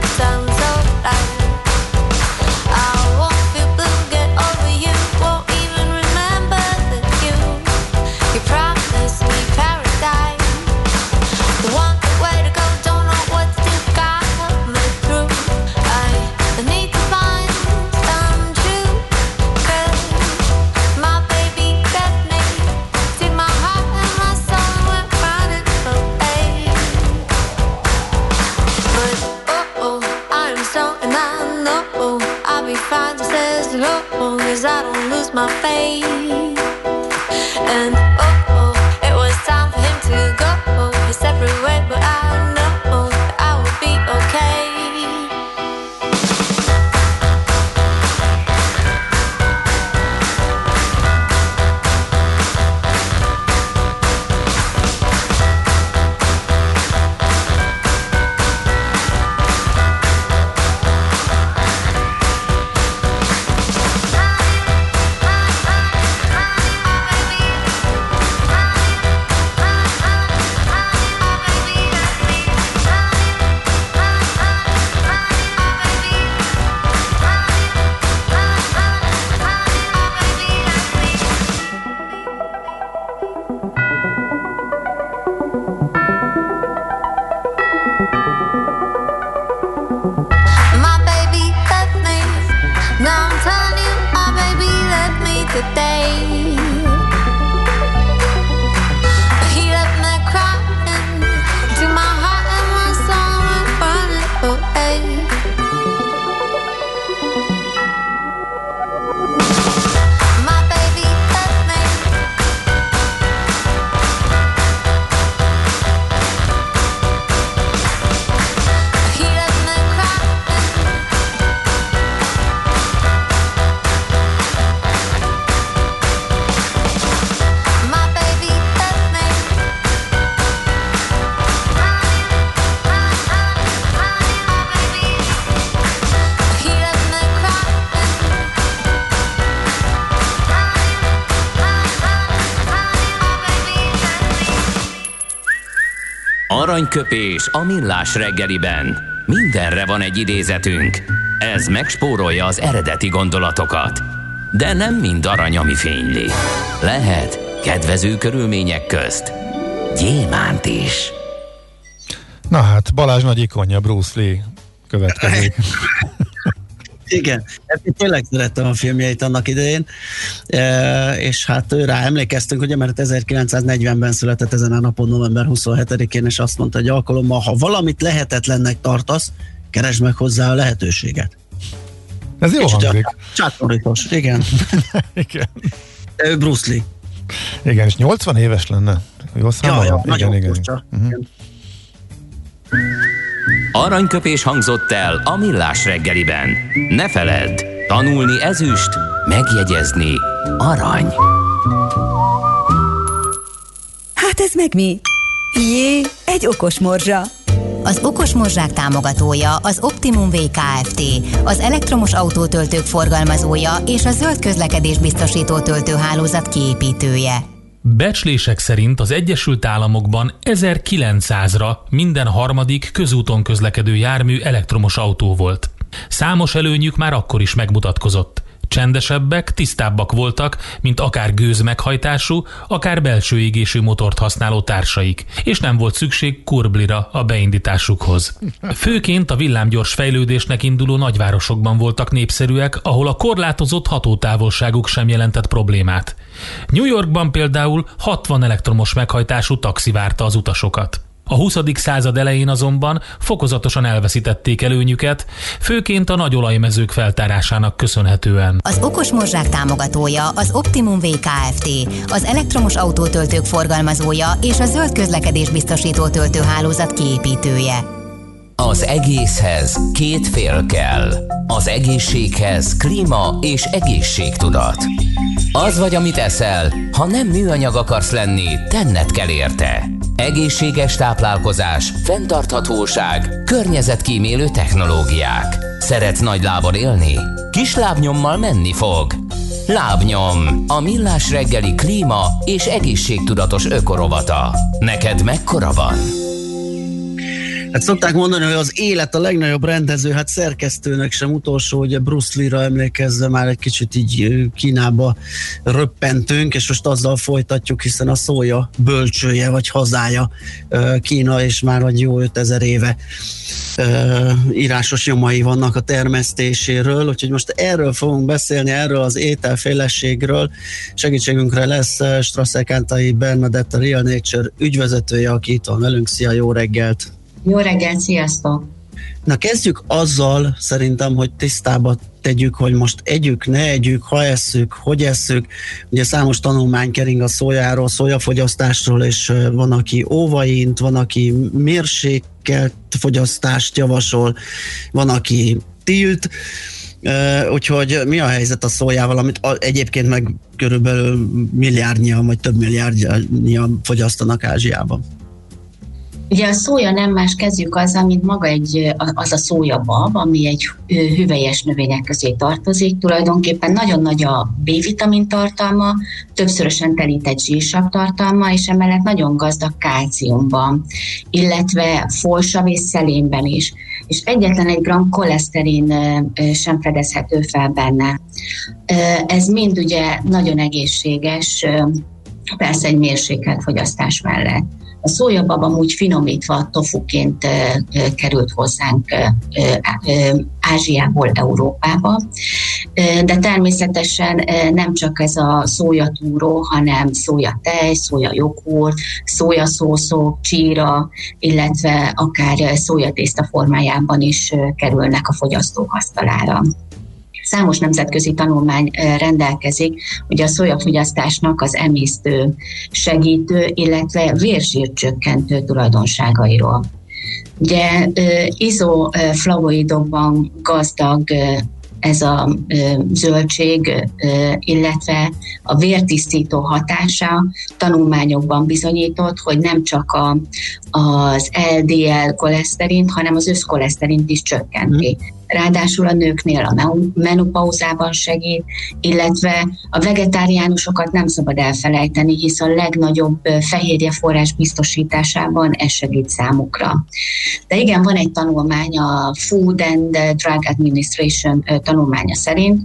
Won't my faith. And oh, oh, it was time for him to go his separate way, but I know that I will be okay. Aranyköpés a millás reggeliben. Mindenre van egy idézetünk. Ez megspórolja az eredeti gondolatokat. De nem mind arany, ami fényli. Lehet kedvező körülmények közt gyémánt is. Na hát, Balázs nagy ikonja, Bruce Lee következik. Igen, én tényleg szerettem a filmjeit annak idején, e, és hát rá emlékeztünk, ugye, mert ezerkilencszáznegyvenben született ezen a napon, november huszonhetedikén, és azt mondta egy alkalommal, ha valamit lehetetlennek tartasz, keresd meg hozzá a lehetőséget. Ez jó hangzik. Csátorítos, igen. Igen. Ő Bruce Lee. Igen, és nyolcvan éves lenne. Jó számolom? Ja, ja, igen, igen. Furcsa. Uh-huh. Igen. Aranyköpés hangzott el a millás reggeliben. Ne feledd, tanulni ezüst, megjegyezni arany. Hát ez meg mi? Jé, egy okos morzsa. Az okos morzsák támogatója az Optimum vé Kft., az elektromos autótöltők forgalmazója és a zöld közlekedés biztosító töltőhálózat kiépítője. Becslések szerint az Egyesült Államokban ezerkilencszázra minden harmadik közúton közlekedő jármű elektromos autó volt. Számos előnyük már akkor is megmutatkozott. Csendesebbek, tisztábbak voltak, mint akár gőzmeghajtású, akár belső égésű motort használó társaik, és nem volt szükség kurblira a beindításukhoz. Főként a villámgyors fejlődésnek induló nagyvárosokban voltak népszerűek, ahol a korlátozott hatótávolságuk sem jelentett problémát. New Yorkban például hatvan elektromos meghajtású taxi várta az utasokat. A huszadik század elején azonban fokozatosan elveszítették előnyüket, főként a nagy olajmezők feltárásának köszönhetően. Az okos morzsák támogatója az Optimum vé Kft., az elektromos autótöltők forgalmazója és a zöld közlekedés biztosító töltőhálózat kiépítője. Az egészhez két fél kell. Az egészséghez klíma és egészségtudat. Az vagy, amit eszel, ha nem műanyag akarsz lenni, tenned kell érte. Egészséges táplálkozás, fenntarthatóság, környezetkímélő technológiák. Szeretsz nagy lábon élni? Kis lábnyommal menni fog. Lábnyom, a millás reggeli klíma és egészségtudatos ökorovata. Neked mekkora van? Hát szokták mondani, hogy az élet a legnagyobb rendező, hát szerkesztőnek sem utolsó, ugye Bruce Lee-ra emlékezve már egy kicsit így Kínába röppentünk, és most azzal folytatjuk, hiszen a szója bölcsője, vagy hazája Kína, és már vagy jó ötezer éve írásos nyomai vannak a termesztéséről, úgyhogy most erről fogunk beszélni, erről az ételféleségről. Segítségünkre lesz Strasser-Kántai Bernadett, a Real Nature ügyvezetője, aki itt van velünk. Szia, jó reggelt! Jó reggelt, sziasztok! Na kezdjük azzal szerintem, hogy tisztába tegyük, hogy most együk, ne együk, ha esszük, hogy esszük. Ugye számos tanulmány kering a szójáról, szójafogyasztásról, és van, aki óvaint, van, aki mérsékelt fogyasztást javasol, van, aki tilt. Uh, úgyhogy mi a helyzet a szójával, amit a, egyébként meg körülbelül milliárdnyian, vagy több milliárdnyian fogyasztanak Ázsiában? Ugye a szója nem más, kezdjük azzal, mint maga egy, az a szójabab, ami egy hüvelyes növények közé tartozik. Tulajdonképpen nagyon nagy a B-vitamin tartalma, többszörösen telített zsírsav tartalma, és emellett nagyon gazdag kálciumban, illetve folsav és szelénben is. És egyetlen egy gram koleszterin sem fedezhető fel benne. Ez mind ugye nagyon egészséges, persze egy mérsékelt fogyasztás mellett. A szójabab amúgy finomítva tofuként került hozzánk Ázsiából Európába, de természetesen nem csak ez a szójatúró, hanem szójatej, szójajoghurt, szójaszószok, csíra, illetve akár szójatészta formájában is kerülnek a fogyasztók asztalára. Számos nemzetközi tanulmány rendelkezik, ugye a szójafogyasztásnak az emésztő, segítő, illetve vérzsírcsökkentő tulajdonságairól. Ugye izoflavoidokban gazdag ez a zöldség, illetve a vértisztító hatása tanulmányokban bizonyított, hogy nem csak a, az el dé el koleszterint, hanem az összkoleszterint is csökkenti. Ráadásul a nőknél a menopauzában segít, illetve a vegetáriánusokat nem szabad elfelejteni, hisz a legnagyobb fehérjeforrás biztosításában ez segít számukra. De igen, van egy tanulmány, a Food and Drug Administration tanulmánya szerint,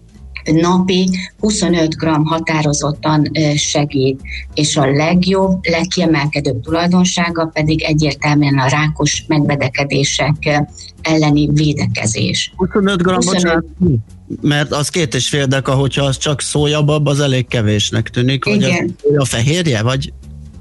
napi huszonöt gramm határozottan segít, és a legjobb, legkiemelkedőbb tulajdonsága pedig egyértelműen a rákos megbetegedések elleni védekezés. huszonöt gramm, bocsánat, mert az két és fél deka, hogyha az csak szójabab, az elég kevésnek tűnik, vagy igen. Az a fehérje, vagy?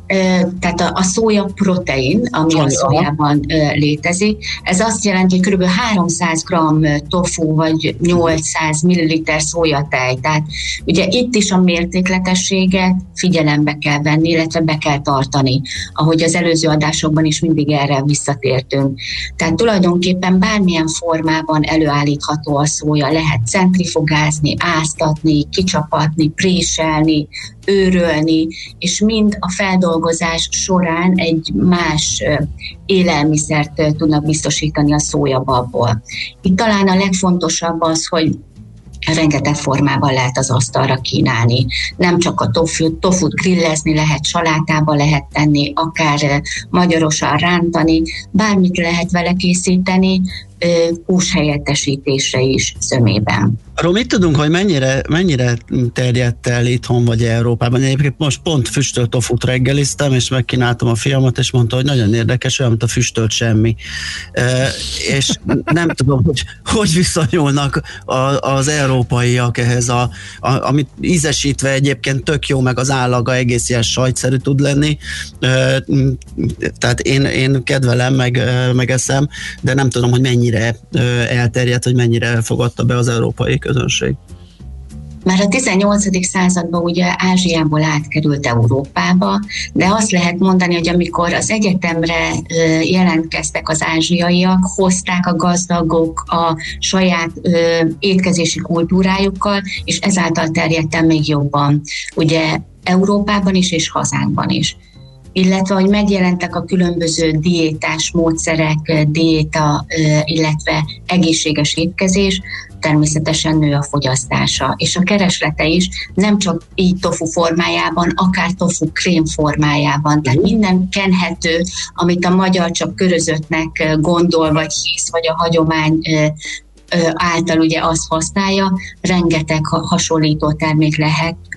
Tehát a, a szója protein, ami a szójában létezik, ez azt jelenti, hogy kb. háromszáz gramm tofu vagy nyolcszáz milliliter szójatej. Tehát ugye itt is a mértékletességet figyelembe kell venni, illetve be kell tartani, ahogy az előző adásokban is mindig erre visszatértünk. Tehát tulajdonképpen bármilyen formában előállítható a szója, lehet centrifugázni, áztatni, kicsapatni, préselni, őrölni, és mind a feldolgozás során egy más élelmiszert tudnak biztosítani a szójababból. Itt talán a legfontosabb az, hogy rengeteg formában lehet az asztalra kínálni. Nem csak a tofu, tofut grillezni lehet, salátába lehet tenni, akár magyarosan rántani, bármit lehet vele készíteni, hús helyettesítésre is zömében. Arról mit tudunk, hogy mennyire, mennyire terjedt el itthon vagy Európában? Egyébként most pont füstölt tofut reggeliztem, és megkínáltam a fiamat, és mondta, hogy nagyon érdekes, olyan, mint a füstölt semmi. E, és nem tudom, hogy hogy viszonyulnak a, az európaiak ehhez, a, a, amit ízesítve egyébként tök jó, meg az állaga egész ilyen sajtszerű tud lenni. E, tehát én, én kedvelem, meg, meg eszem, de nem tudom, hogy mennyire elterjedt, hogy mennyire fogadta be az európai közönség. Már a tizennyolcadik században ugye Ázsiából átkerült Európába, de azt lehet mondani, hogy amikor az egyetemre jelentkeztek az ázsiaiak, hozták a gazdagok a saját étkezési kultúrájukkal, és ezáltal terjedt el még jobban, ugye Európában is és hazánkban is. Illetve, hogy megjelentek a különböző diétás módszerek, diéta, illetve egészséges étkezés, természetesen nő a fogyasztása. És a kereslete is nem csak így tofu formájában, akár tofu krém formájában. Tehát minden kenhető, amit a magyar csak körözöttnek gondol, vagy hisz, vagy a hagyomány által ugye azt használja, rengeteg hasonlító termék lehet,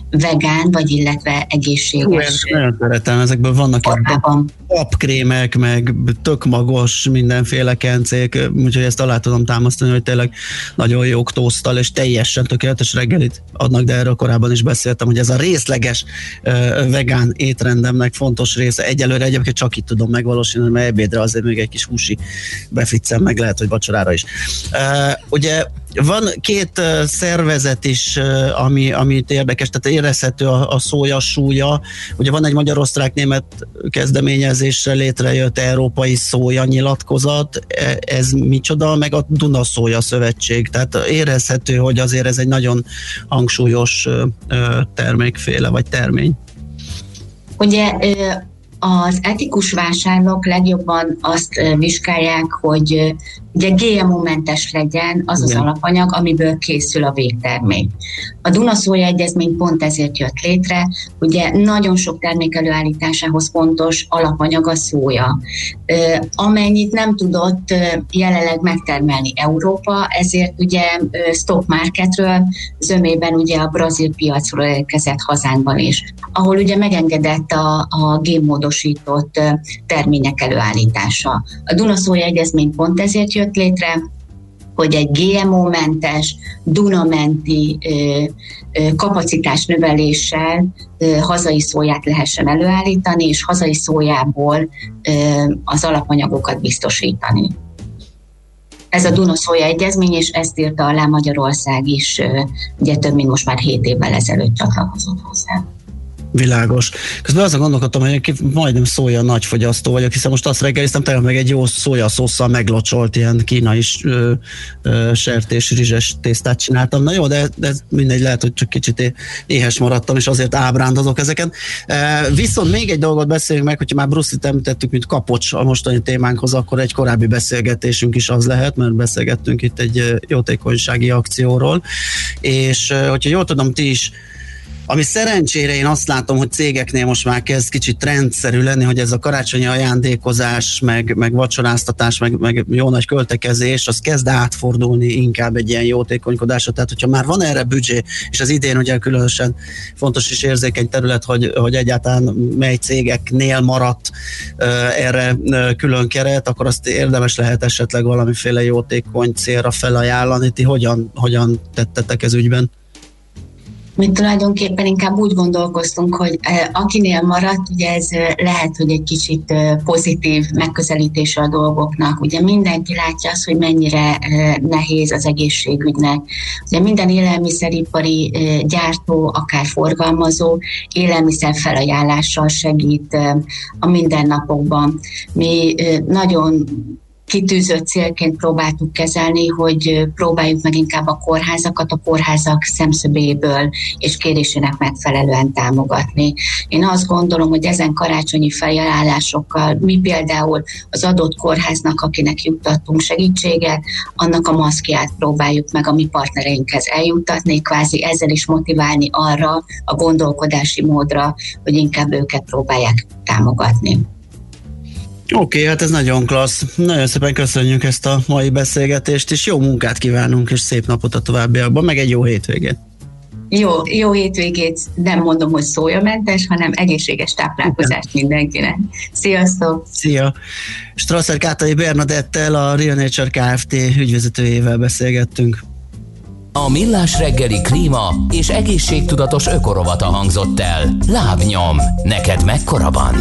vegán, vagy illetve egészséges. Hú, nagyon szeretem, ezekből vannak papkrémek, meg tök magos mindenféle kencék, úgyhogy ezt alá tudom támasztani, hogy tényleg nagyon jók tószttal, és teljesen tökéletes reggelit adnak, de erről korábban is beszéltem, hogy ez a részleges uh, vegán étrendemnek fontos része. Egyelőre egyébként csak itt tudom megvalósítani, mert ebédre azért még egy kis húsi beficcem, meg lehet, hogy vacsorára is. Uh, ugye van két uh, szervezet is, uh, ami, amit érdekes, tehát érezhető a, a szója súlya. Ugye van egy magyar-osztrák-német kezdeményezésre létrejött európai szója nyilatkozat, ez micsoda, meg a Duna Szója Szövetség, tehát érezhető, hogy azért ez egy nagyon hangsúlyos uh, termékféle, vagy termény. Ugye az etikus vásárlók legjobban azt vizsgálják, hogy ugye gé em o-mentes legyen az az alapanyag, amiből készül a végtermék. A Duna Szója Egyezmény pont ezért jött létre, ugye nagyon sok termék előállításához fontos alapanyag a szója. Amennyit nem tudott jelenleg megtermelni Európa, ezért ugye stock marketről, zömében ugye a brazil piacról érkezett hazánkban is, ahol ugye megengedett a, a génmódosított termények előállítása. A Duna Szója Egyezmény pont ezért jött létre, hogy egy gé em o-mentes, Dunamenti ö, ö, kapacitás növeléssel ö, hazai szóját lehessen előállítani, és hazai szójából ö, az alapanyagokat biztosítani. Ez a Duna Szója Egyezmény, és ezt írta alá Magyarország is, ö, ugye több mint most már hét évvel ezelőtt csatlakozott hozzá. Világos. Közben azon gondolkodtam, hogy majdnem szója nagy fogyasztó vagyok, hiszen most azt reggeliztem, tegnap meg egy jó szója szósszal meglocsolt ilyen kínai ö, ö, sertés, rizses tésztát csináltam. Na jó, de, de ez mindegy, lehet, hogy csak kicsit éhes maradtam, és azért ábrándozok ezeken. E, viszont még egy dolgot beszéljünk meg, hogyha már Bruce Lee-t említettük, mint kapocs a mostani témánkhoz, akkor egy korábbi beszélgetésünk is az lehet, mert beszélgettünk itt egy jótékonysági akcióról, és hogyha jól tudom, ti is, ami szerencsére én azt látom, hogy cégeknél most már kezd kicsit trendszerű lenni, hogy ez a karácsonyi ajándékozás, meg, meg vacsoráztatás, meg, meg jó nagy költekezés, az kezd átfordulni inkább egy ilyen jótékonykodásra. Tehát, hogyha már van erre büdzsé, és az idén ugye különösen fontos és érzékeny terület, hogy, hogy egyáltalán mely cégeknél maradt uh, erre uh, külön keret, akkor azt érdemes lehet esetleg valamiféle jótékony célra felajánlani. Ti hogyan, hogyan tettetek ez ügyben? Mi tulajdonképpen inkább úgy gondolkoztunk, hogy eh, akinél maradt, ugye ez eh, lehet, hogy egy kicsit eh, pozitív megközelítése a dolgoknak. Ugye mindenki látja azt, hogy mennyire eh, nehéz az egészségügynek. Ugye minden élelmiszeripari eh, gyártó, akár forgalmazó, élelmiszer felajánlással segít eh, a mindennapokban. Mi eh, nagyon kitűzött célként próbáltuk kezelni, hogy próbáljuk meg inkább a kórházakat a kórházak szemszögéből és kérésének megfelelően támogatni. Én azt gondolom, hogy ezen karácsonyi felajánlásokkal mi például az adott kórháznak, akinek juttattunk segítséget, annak a maszkját próbáljuk meg a mi partnereinkhez eljuttatni, kvázi ezzel is motiválni arra a gondolkodási módra, hogy inkább őket próbálják támogatni. Oké, okay, hát ez nagyon klassz. Nagyon szépen köszönjük ezt a mai beszélgetést, és jó munkát kívánunk, és szép napot a továbbiakban, meg egy jó hétvégét. Jó, jó hétvégét, nem mondom, hogy szójamentes, hanem egészséges táplálkozást mindenkinek. Sziasztok! Szia! Strasser Kátai Bernadettel, a Real Nature Kft. Ügyvezetőjével beszélgettünk. A Millás reggeli klíma és egészségtudatos ökorovata hangzott el. Lábnyom, neked mekkora van?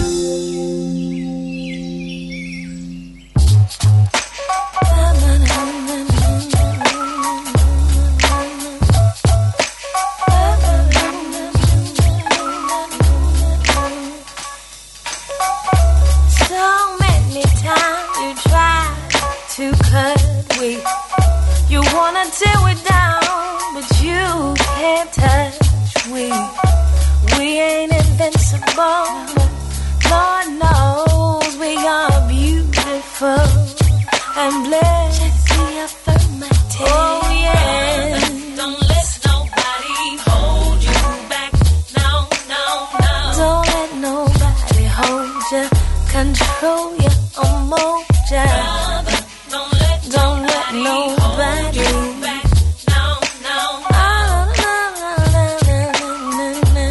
Tear it down, but you can't touch we. We ain't invincible. Lord knows we are beautiful and blessed. Check the affirmative. Oh yeah. Don't let nobody hold you back. No, no, no. Don't let nobody hold you, control you or mold you. Don't let, don't let nobody.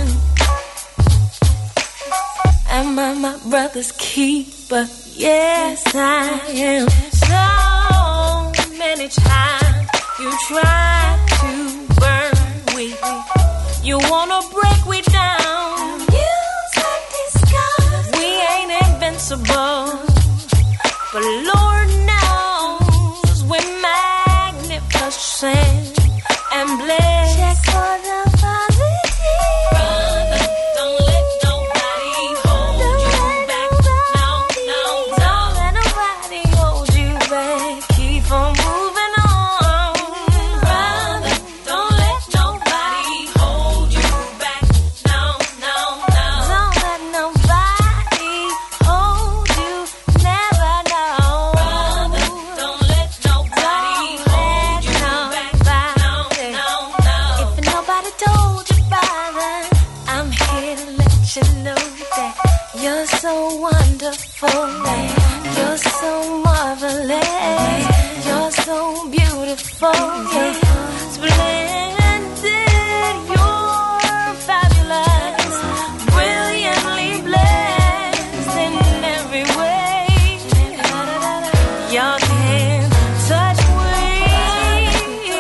Am I my brother's keeper? Yes, I am. So many times you try to burn we. You wanna break we down. Use and disguise. We ain't invincible, but Lord knows we're magnificent and blessed. Check for the positive. Brother, don't let nobody hold you back. No, no, don't let nobody hold you back. Keep on moving on. Brother, don't let nobody hold you back. No, no, no. Don't let nobody hold you. Never know. Brother, don't let nobody hold you back. No, no, no. If nobody told you, brother, I'm here to let you know that you're so wonderful. You're so marvelous. You're so beautiful. Splendid. You're fabulous. Brilliantly blessed in every way. Y'all can touch me.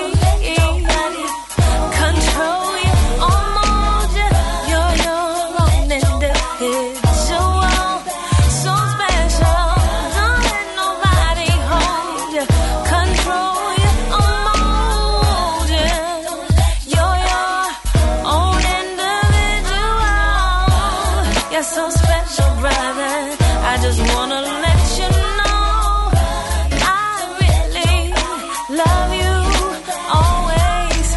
Control you, almost you. You're your own individual. So special. Don't let nobody hold you. Control you, almost you. You're your own individual. You're so special, brother. I just wanna let you know I really love you always.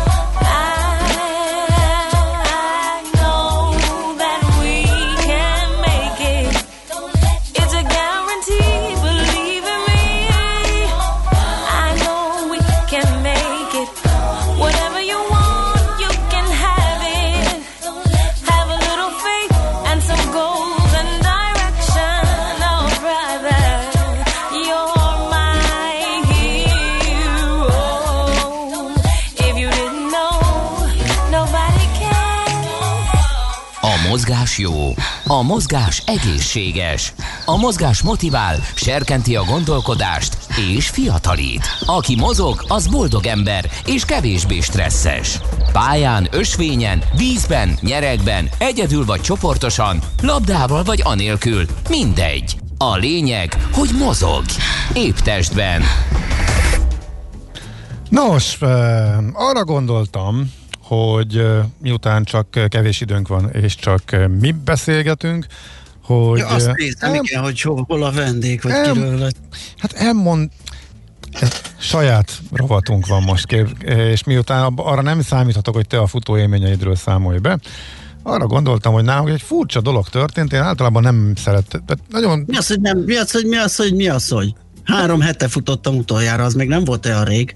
I know that we can make it. It's a guarantee, believe in me. I know we can make it. Whatever you want, you can have it. Have a little faith and some goals and direction. Oh, brother, you're my hero. If you didn't know, nobody can. A mozgás jó, a mozgás egészséges, a mozgás motivál, serkenti a gondolkodást és fiatalít. Aki mozog, az boldog ember és kevésbé stresszes. Pályán, ösvényen, vízben, nyeregben, egyedül vagy csoportosan, labdával vagy anélkül, mindegy. A lényeg, hogy mozog. Épp testben. Nos, uh, arra gondoltam, hogy uh, miután csak kevés időnk van, és csak uh, mi beszélgetünk, hogy... Ja, azt uh, néztem, el, igen, hogy hol, hol a vendég, vagy el, kiről lett. Hát elmond... Saját rovatunk van most, kép, és miután arra nem számíthatok, hogy te a futó élményeidről számolj be, arra gondoltam, hogy nálunk egy furcsa dolog történt, én általában nem szerettem. Nagyon... Mi az, hogy nem, mi az, hogy mi az, hogy mi az, hogy három hete futottam utoljára, az még nem volt olyan rég.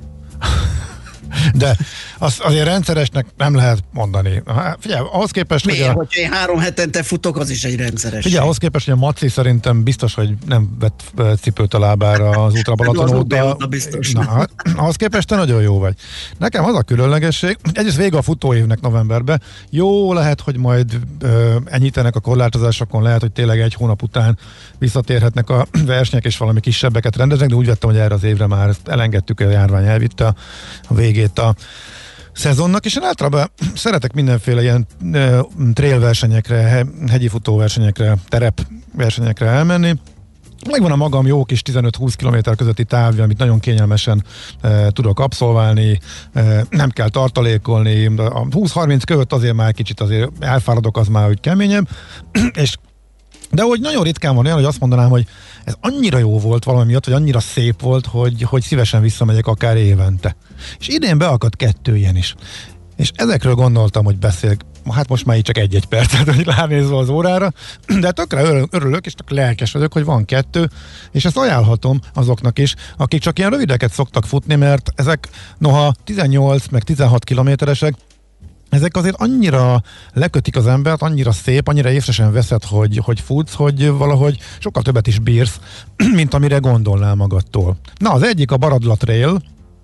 De az, azért rendszeresnek nem lehet mondani. Figyelj, ahhoz képest, Miért? hogy a... Hogyha én három hetente futok, az is egy rendszeres. Figyelj, ahhoz képest, hogy a Maci szerintem biztos, hogy nem vett cipőt a lábára az Ultra Balaton óta. Na, ahhoz képest te nagyon jó vagy. Nekem az a különlegesség, egyrészt vége a futóévnek novemberben, jó lehet, hogy majd ö, enyhítenek a korlátozásokon, lehet, hogy tényleg egy hónap után visszatérhetnek a versenyek, és valami kisebbeket rendeznek, de úgy vettem, hogy erre az évre már ezt elengedtük, a járvány elvitte a, a végét a szezonnak, és én általában szeretek mindenféle ilyen uh, trail versenyekre, hegyi futó versenyekre, terep versenyekre elmenni. Megvan a magam jó kis tizenöt-húsz kilométer közötti távja, amit nagyon kényelmesen uh, tudok abszolválni, uh, nem kell tartalékolni, a húsz-harminc között azért már kicsit azért elfáradok, az már úgy keményebb, és de hogy nagyon ritkán van olyan, hogy azt mondanám, hogy ez annyira jó volt valami miatt, vagy annyira szép volt, hogy, hogy szívesen visszamegyek akár évente. És idén beakadt kettő ilyen is. És ezekről gondoltam, hogy beszél, hát most már így csak egy-egy percet, hogy ránézve az órára, de tökre örülök, és tök lelkes vagyok, hogy van kettő, és ezt ajánlhatom azoknak is, akik csak ilyen rövideket szoktak futni, mert ezek noha tizennyolc meg tizenhat kilométeresek, ezek azért annyira lekötik az embert, annyira szép, annyira észre sem veszed, hogy, hogy futsz, hogy valahogy sokkal többet is bírsz, mint amire gondolnál magadtól. Na, az egyik a Baradla Trail,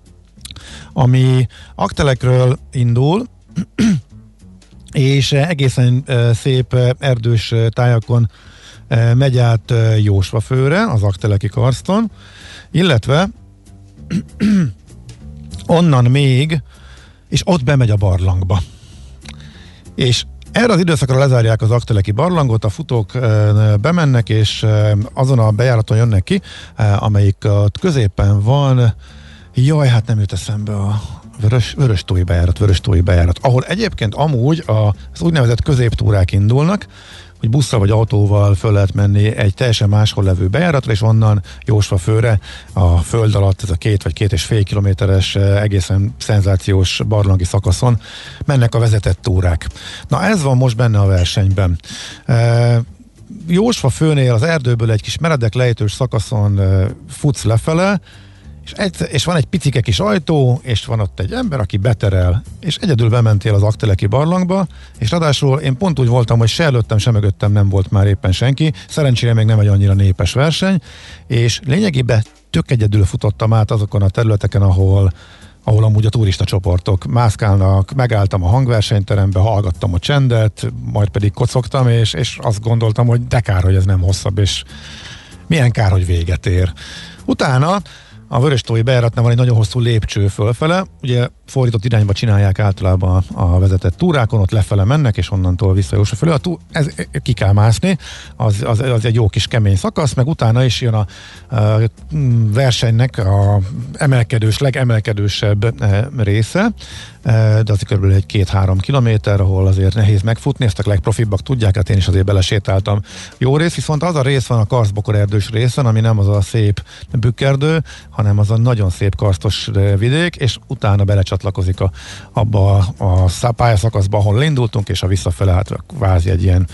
ami Aktelekről indul, és egészen szép erdős tájakon megy át Jósvafőre, az Aggteleki karston, illetve onnan még, és ott bemegy a barlangba. És erre az időszakra lezárják az Aggteleki barlangot, a futók bemennek, és azon a bejáraton jönnek ki, amelyik ott középen van, jaj, hát nem jut eszembe a Vörös, Vöröstói bejárat, Vöröstói bejárat, ahol egyébként amúgy az úgynevezett középtúrák indulnak, hogy busszal vagy autóval föl lehet menni egy teljesen máshol levő bejáratra, és onnan Jósvafőre a föld alatt, ez a két vagy két és fél kilométeres egészen szenzációs barlangi szakaszon mennek a vezetett túrák. Na ez van most benne a versenyben. E, Jósvafőnél az erdőből egy kis meredek lejtős szakaszon e, futsz lefele, És, egy, és van egy picike kis ajtó, és van ott egy ember, aki beterel, és egyedül bementél az Aggteleki barlangba, és ráadásul én pont úgy voltam, hogy se előttem, se mögöttem nem volt már éppen senki, szerencsére még nem egy annyira népes verseny, és lényegében tök egyedül futottam át azokon a területeken, ahol ahol amúgy a turista csoportok mászkálnak, megálltam a hangversenyterembe, hallgattam a csendet, majd pedig kocogtam, és, és azt gondoltam, hogy de kár, hogy ez nem hosszabb, és milyen kár, hogy véget ér. Utána a Vöröstói bejáratnál van egy nagyon hosszú lépcső fölfele, ugye fordított irányba csinálják általában a vezetett túrákon, ott lefele mennek, és onnantól vissza Jósva fölé. A tú, ez, ki kell mászni, az, az, az egy jó kis kemény szakasz, meg utána is jön a, a versenynek a emelkedős, legemelkedősebb része, de az körülbelül egy két-három kilométer, ahol azért nehéz megfutni, ezt a legprofibbak tudják, hát én is azért belesétáltam jó rész, viszont az a rész van a karsztbokor erdős részen, ami nem az a szép bükkerdő, hanem az a nagyon szép karsztos vidék, és utána belecsatlakozik a, abba a, a pályaszakaszba, ahol indultunk, és a visszafele hát kvázi egy ilyen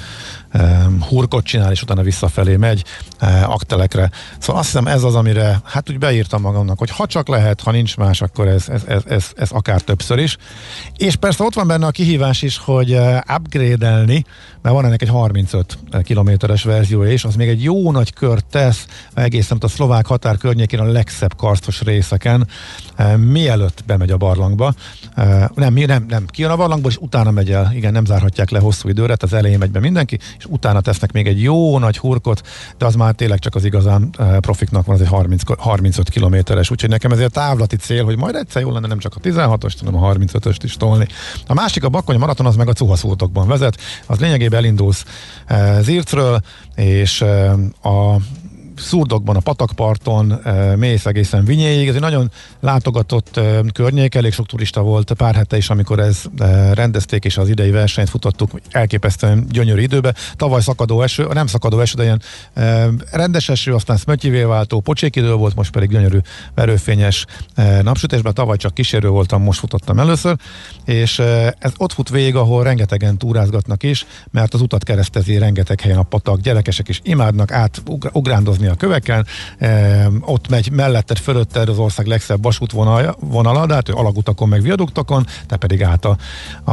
um, hurkot csinál, és utána visszafelé megy uh, Aggtelekre. Szóval azt hiszem ez az, amire hát úgy beírtam magamnak, hogy ha csak lehet, ha nincs más, akkor ez, ez, ez, ez, ez akár többször is. És persze ott van benne a kihívás is, hogy uh, upgrade-elni, mert van ennek egy harmincöt kilométeres verziója is, az még egy jó nagy kört tesz, egészen a szlovák határ környékén a legszebb karsztos részeken, uh, mielőtt bemegy a barlangba. Uh, nem, nem, nem, kijön a barlangból, és utána megy el. Igen, nem zárhatják le hosszú időre, az elején megy be mindenki, és utána tesznek még egy jó nagy hurkot, de az már tényleg csak az igazán uh, profiknak van, az egy harminc, harmincöt kilométeres, úgyhogy nekem ezért távlati cél, hogy majd egyszer jó lenne nem csak a tizenhatost, hanem a harmincötöst is tolni. A másik, a Bakkony maraton, az meg a Cuhaszútokban vezet, az lényegében elindulsz uh, Zircről, és uh, a Szurdokban, a patakparton e, mész egészen Vinyéig. Ez egy nagyon látogatott e, környék, elég sok turista volt pár hete is, amikor ez e, rendezték, és az idei versenyt futottuk elképesztően gyönyörű időbe. Tavaly szakadó eső, nem szakadó eső, de ilyen e, rendes eső, aztán szmötyivé váltó pocsékidő volt, most pedig gyönyörű verőfényes e, napsütésben. Tavaly csak kísérő voltam, most futottam először, és e, ez ott fut végig, ahol rengetegen túrázgatnak is, mert az utat keresztezi rengeteg helyen a patak, gyerekesek is imádnak át ugrándozni a köveken, e, ott megy melletted, fölötted az ország legszebb vasútvonala, de hát alagutakon meg viaduktokon, te pedig át a, a,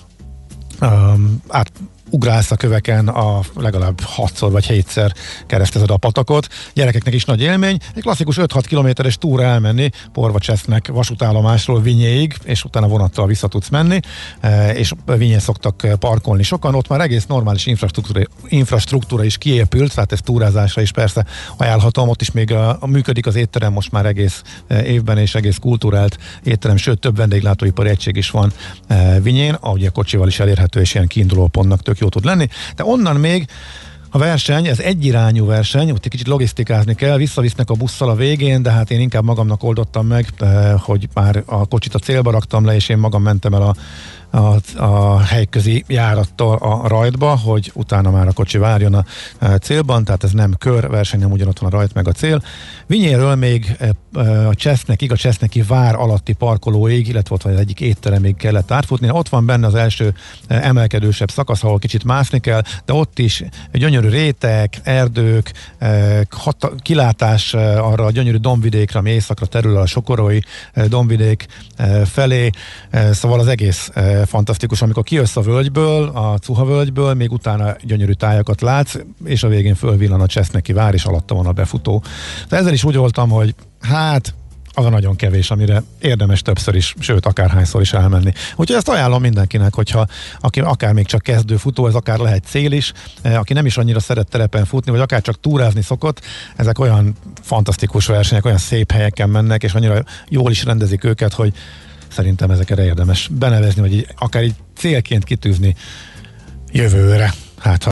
a át ugrálsz a köveken, a legalább hatszor vagy hétszer keresztezed a patakot. Gyerekeknek is nagy élmény. Egy klasszikus öt-hat kilométeres túra elmenni Porvacsesznek vasútállomásról Vinyéig, és utána vonattal vissza tudsz menni, és Vinyén szoktak parkolni sokan. Ott már egész normális infrastruktúra, infrastruktúra is kiépült, tehát ez túrázásra is persze ajánlhatom. Ott is még a, a működik az étterem most már egész évben, és egész kultúrált étterem, sőt több vendéglátóipari egység is van Vinyén, ahogy a kocsival is elérhető, és ilyen kiinduló pontnak tök jó tud lenni, de onnan még a verseny, ez egyirányú verseny, ott egy kicsit logisztikázni kell, visszavisznek a busszal a végén, de hát én inkább magamnak oldottam meg, hogy már a kocsit a célba raktam le, és én magam mentem el a A, a helyközi járattal a rajtba, hogy utána már a kocsi várjon a, a célban, tehát ez nem körverseny, nem ugyanott van a rajt meg a cél. Vinyéről még a Csesznek, a Cseszneki vár alatti parkolóig, illetve ott van az egyik étteremig kellett átfutni. Ott van benne az első emelkedősebb szakasz, ahol kicsit mászni kell, de ott is gyönyörű rétek, erdők, hata, kilátás arra a gyönyörű dombvidékre, ami északra terül a Sokorói dombvidék felé, szóval az egész fantasztikus, amikor kijössz a völgyből, a Cuha völgyből, még utána gyönyörű tájakat látsz, és a végén fölvillan a Cseszneki vár, és alatta van a befutó. De ezzel is úgy voltam, hogy hát az a nagyon kevés, amire érdemes többször is, sőt, akárhányszor is elmenni. Úgyhogy ezt ajánlom mindenkinek, hogyha aki akár még csak kezdő futó, ez akár lehet cél is, aki nem is annyira szeret terepen futni, vagy akár csak túrázni szokott, ezek olyan fantasztikus versenyek, olyan szép helyeken mennek, és annyira jól is rendezik őket, hogy szerintem ezekre érdemes benevezni, vagy így, akár így célként kitűzni jövőre. Hát, ha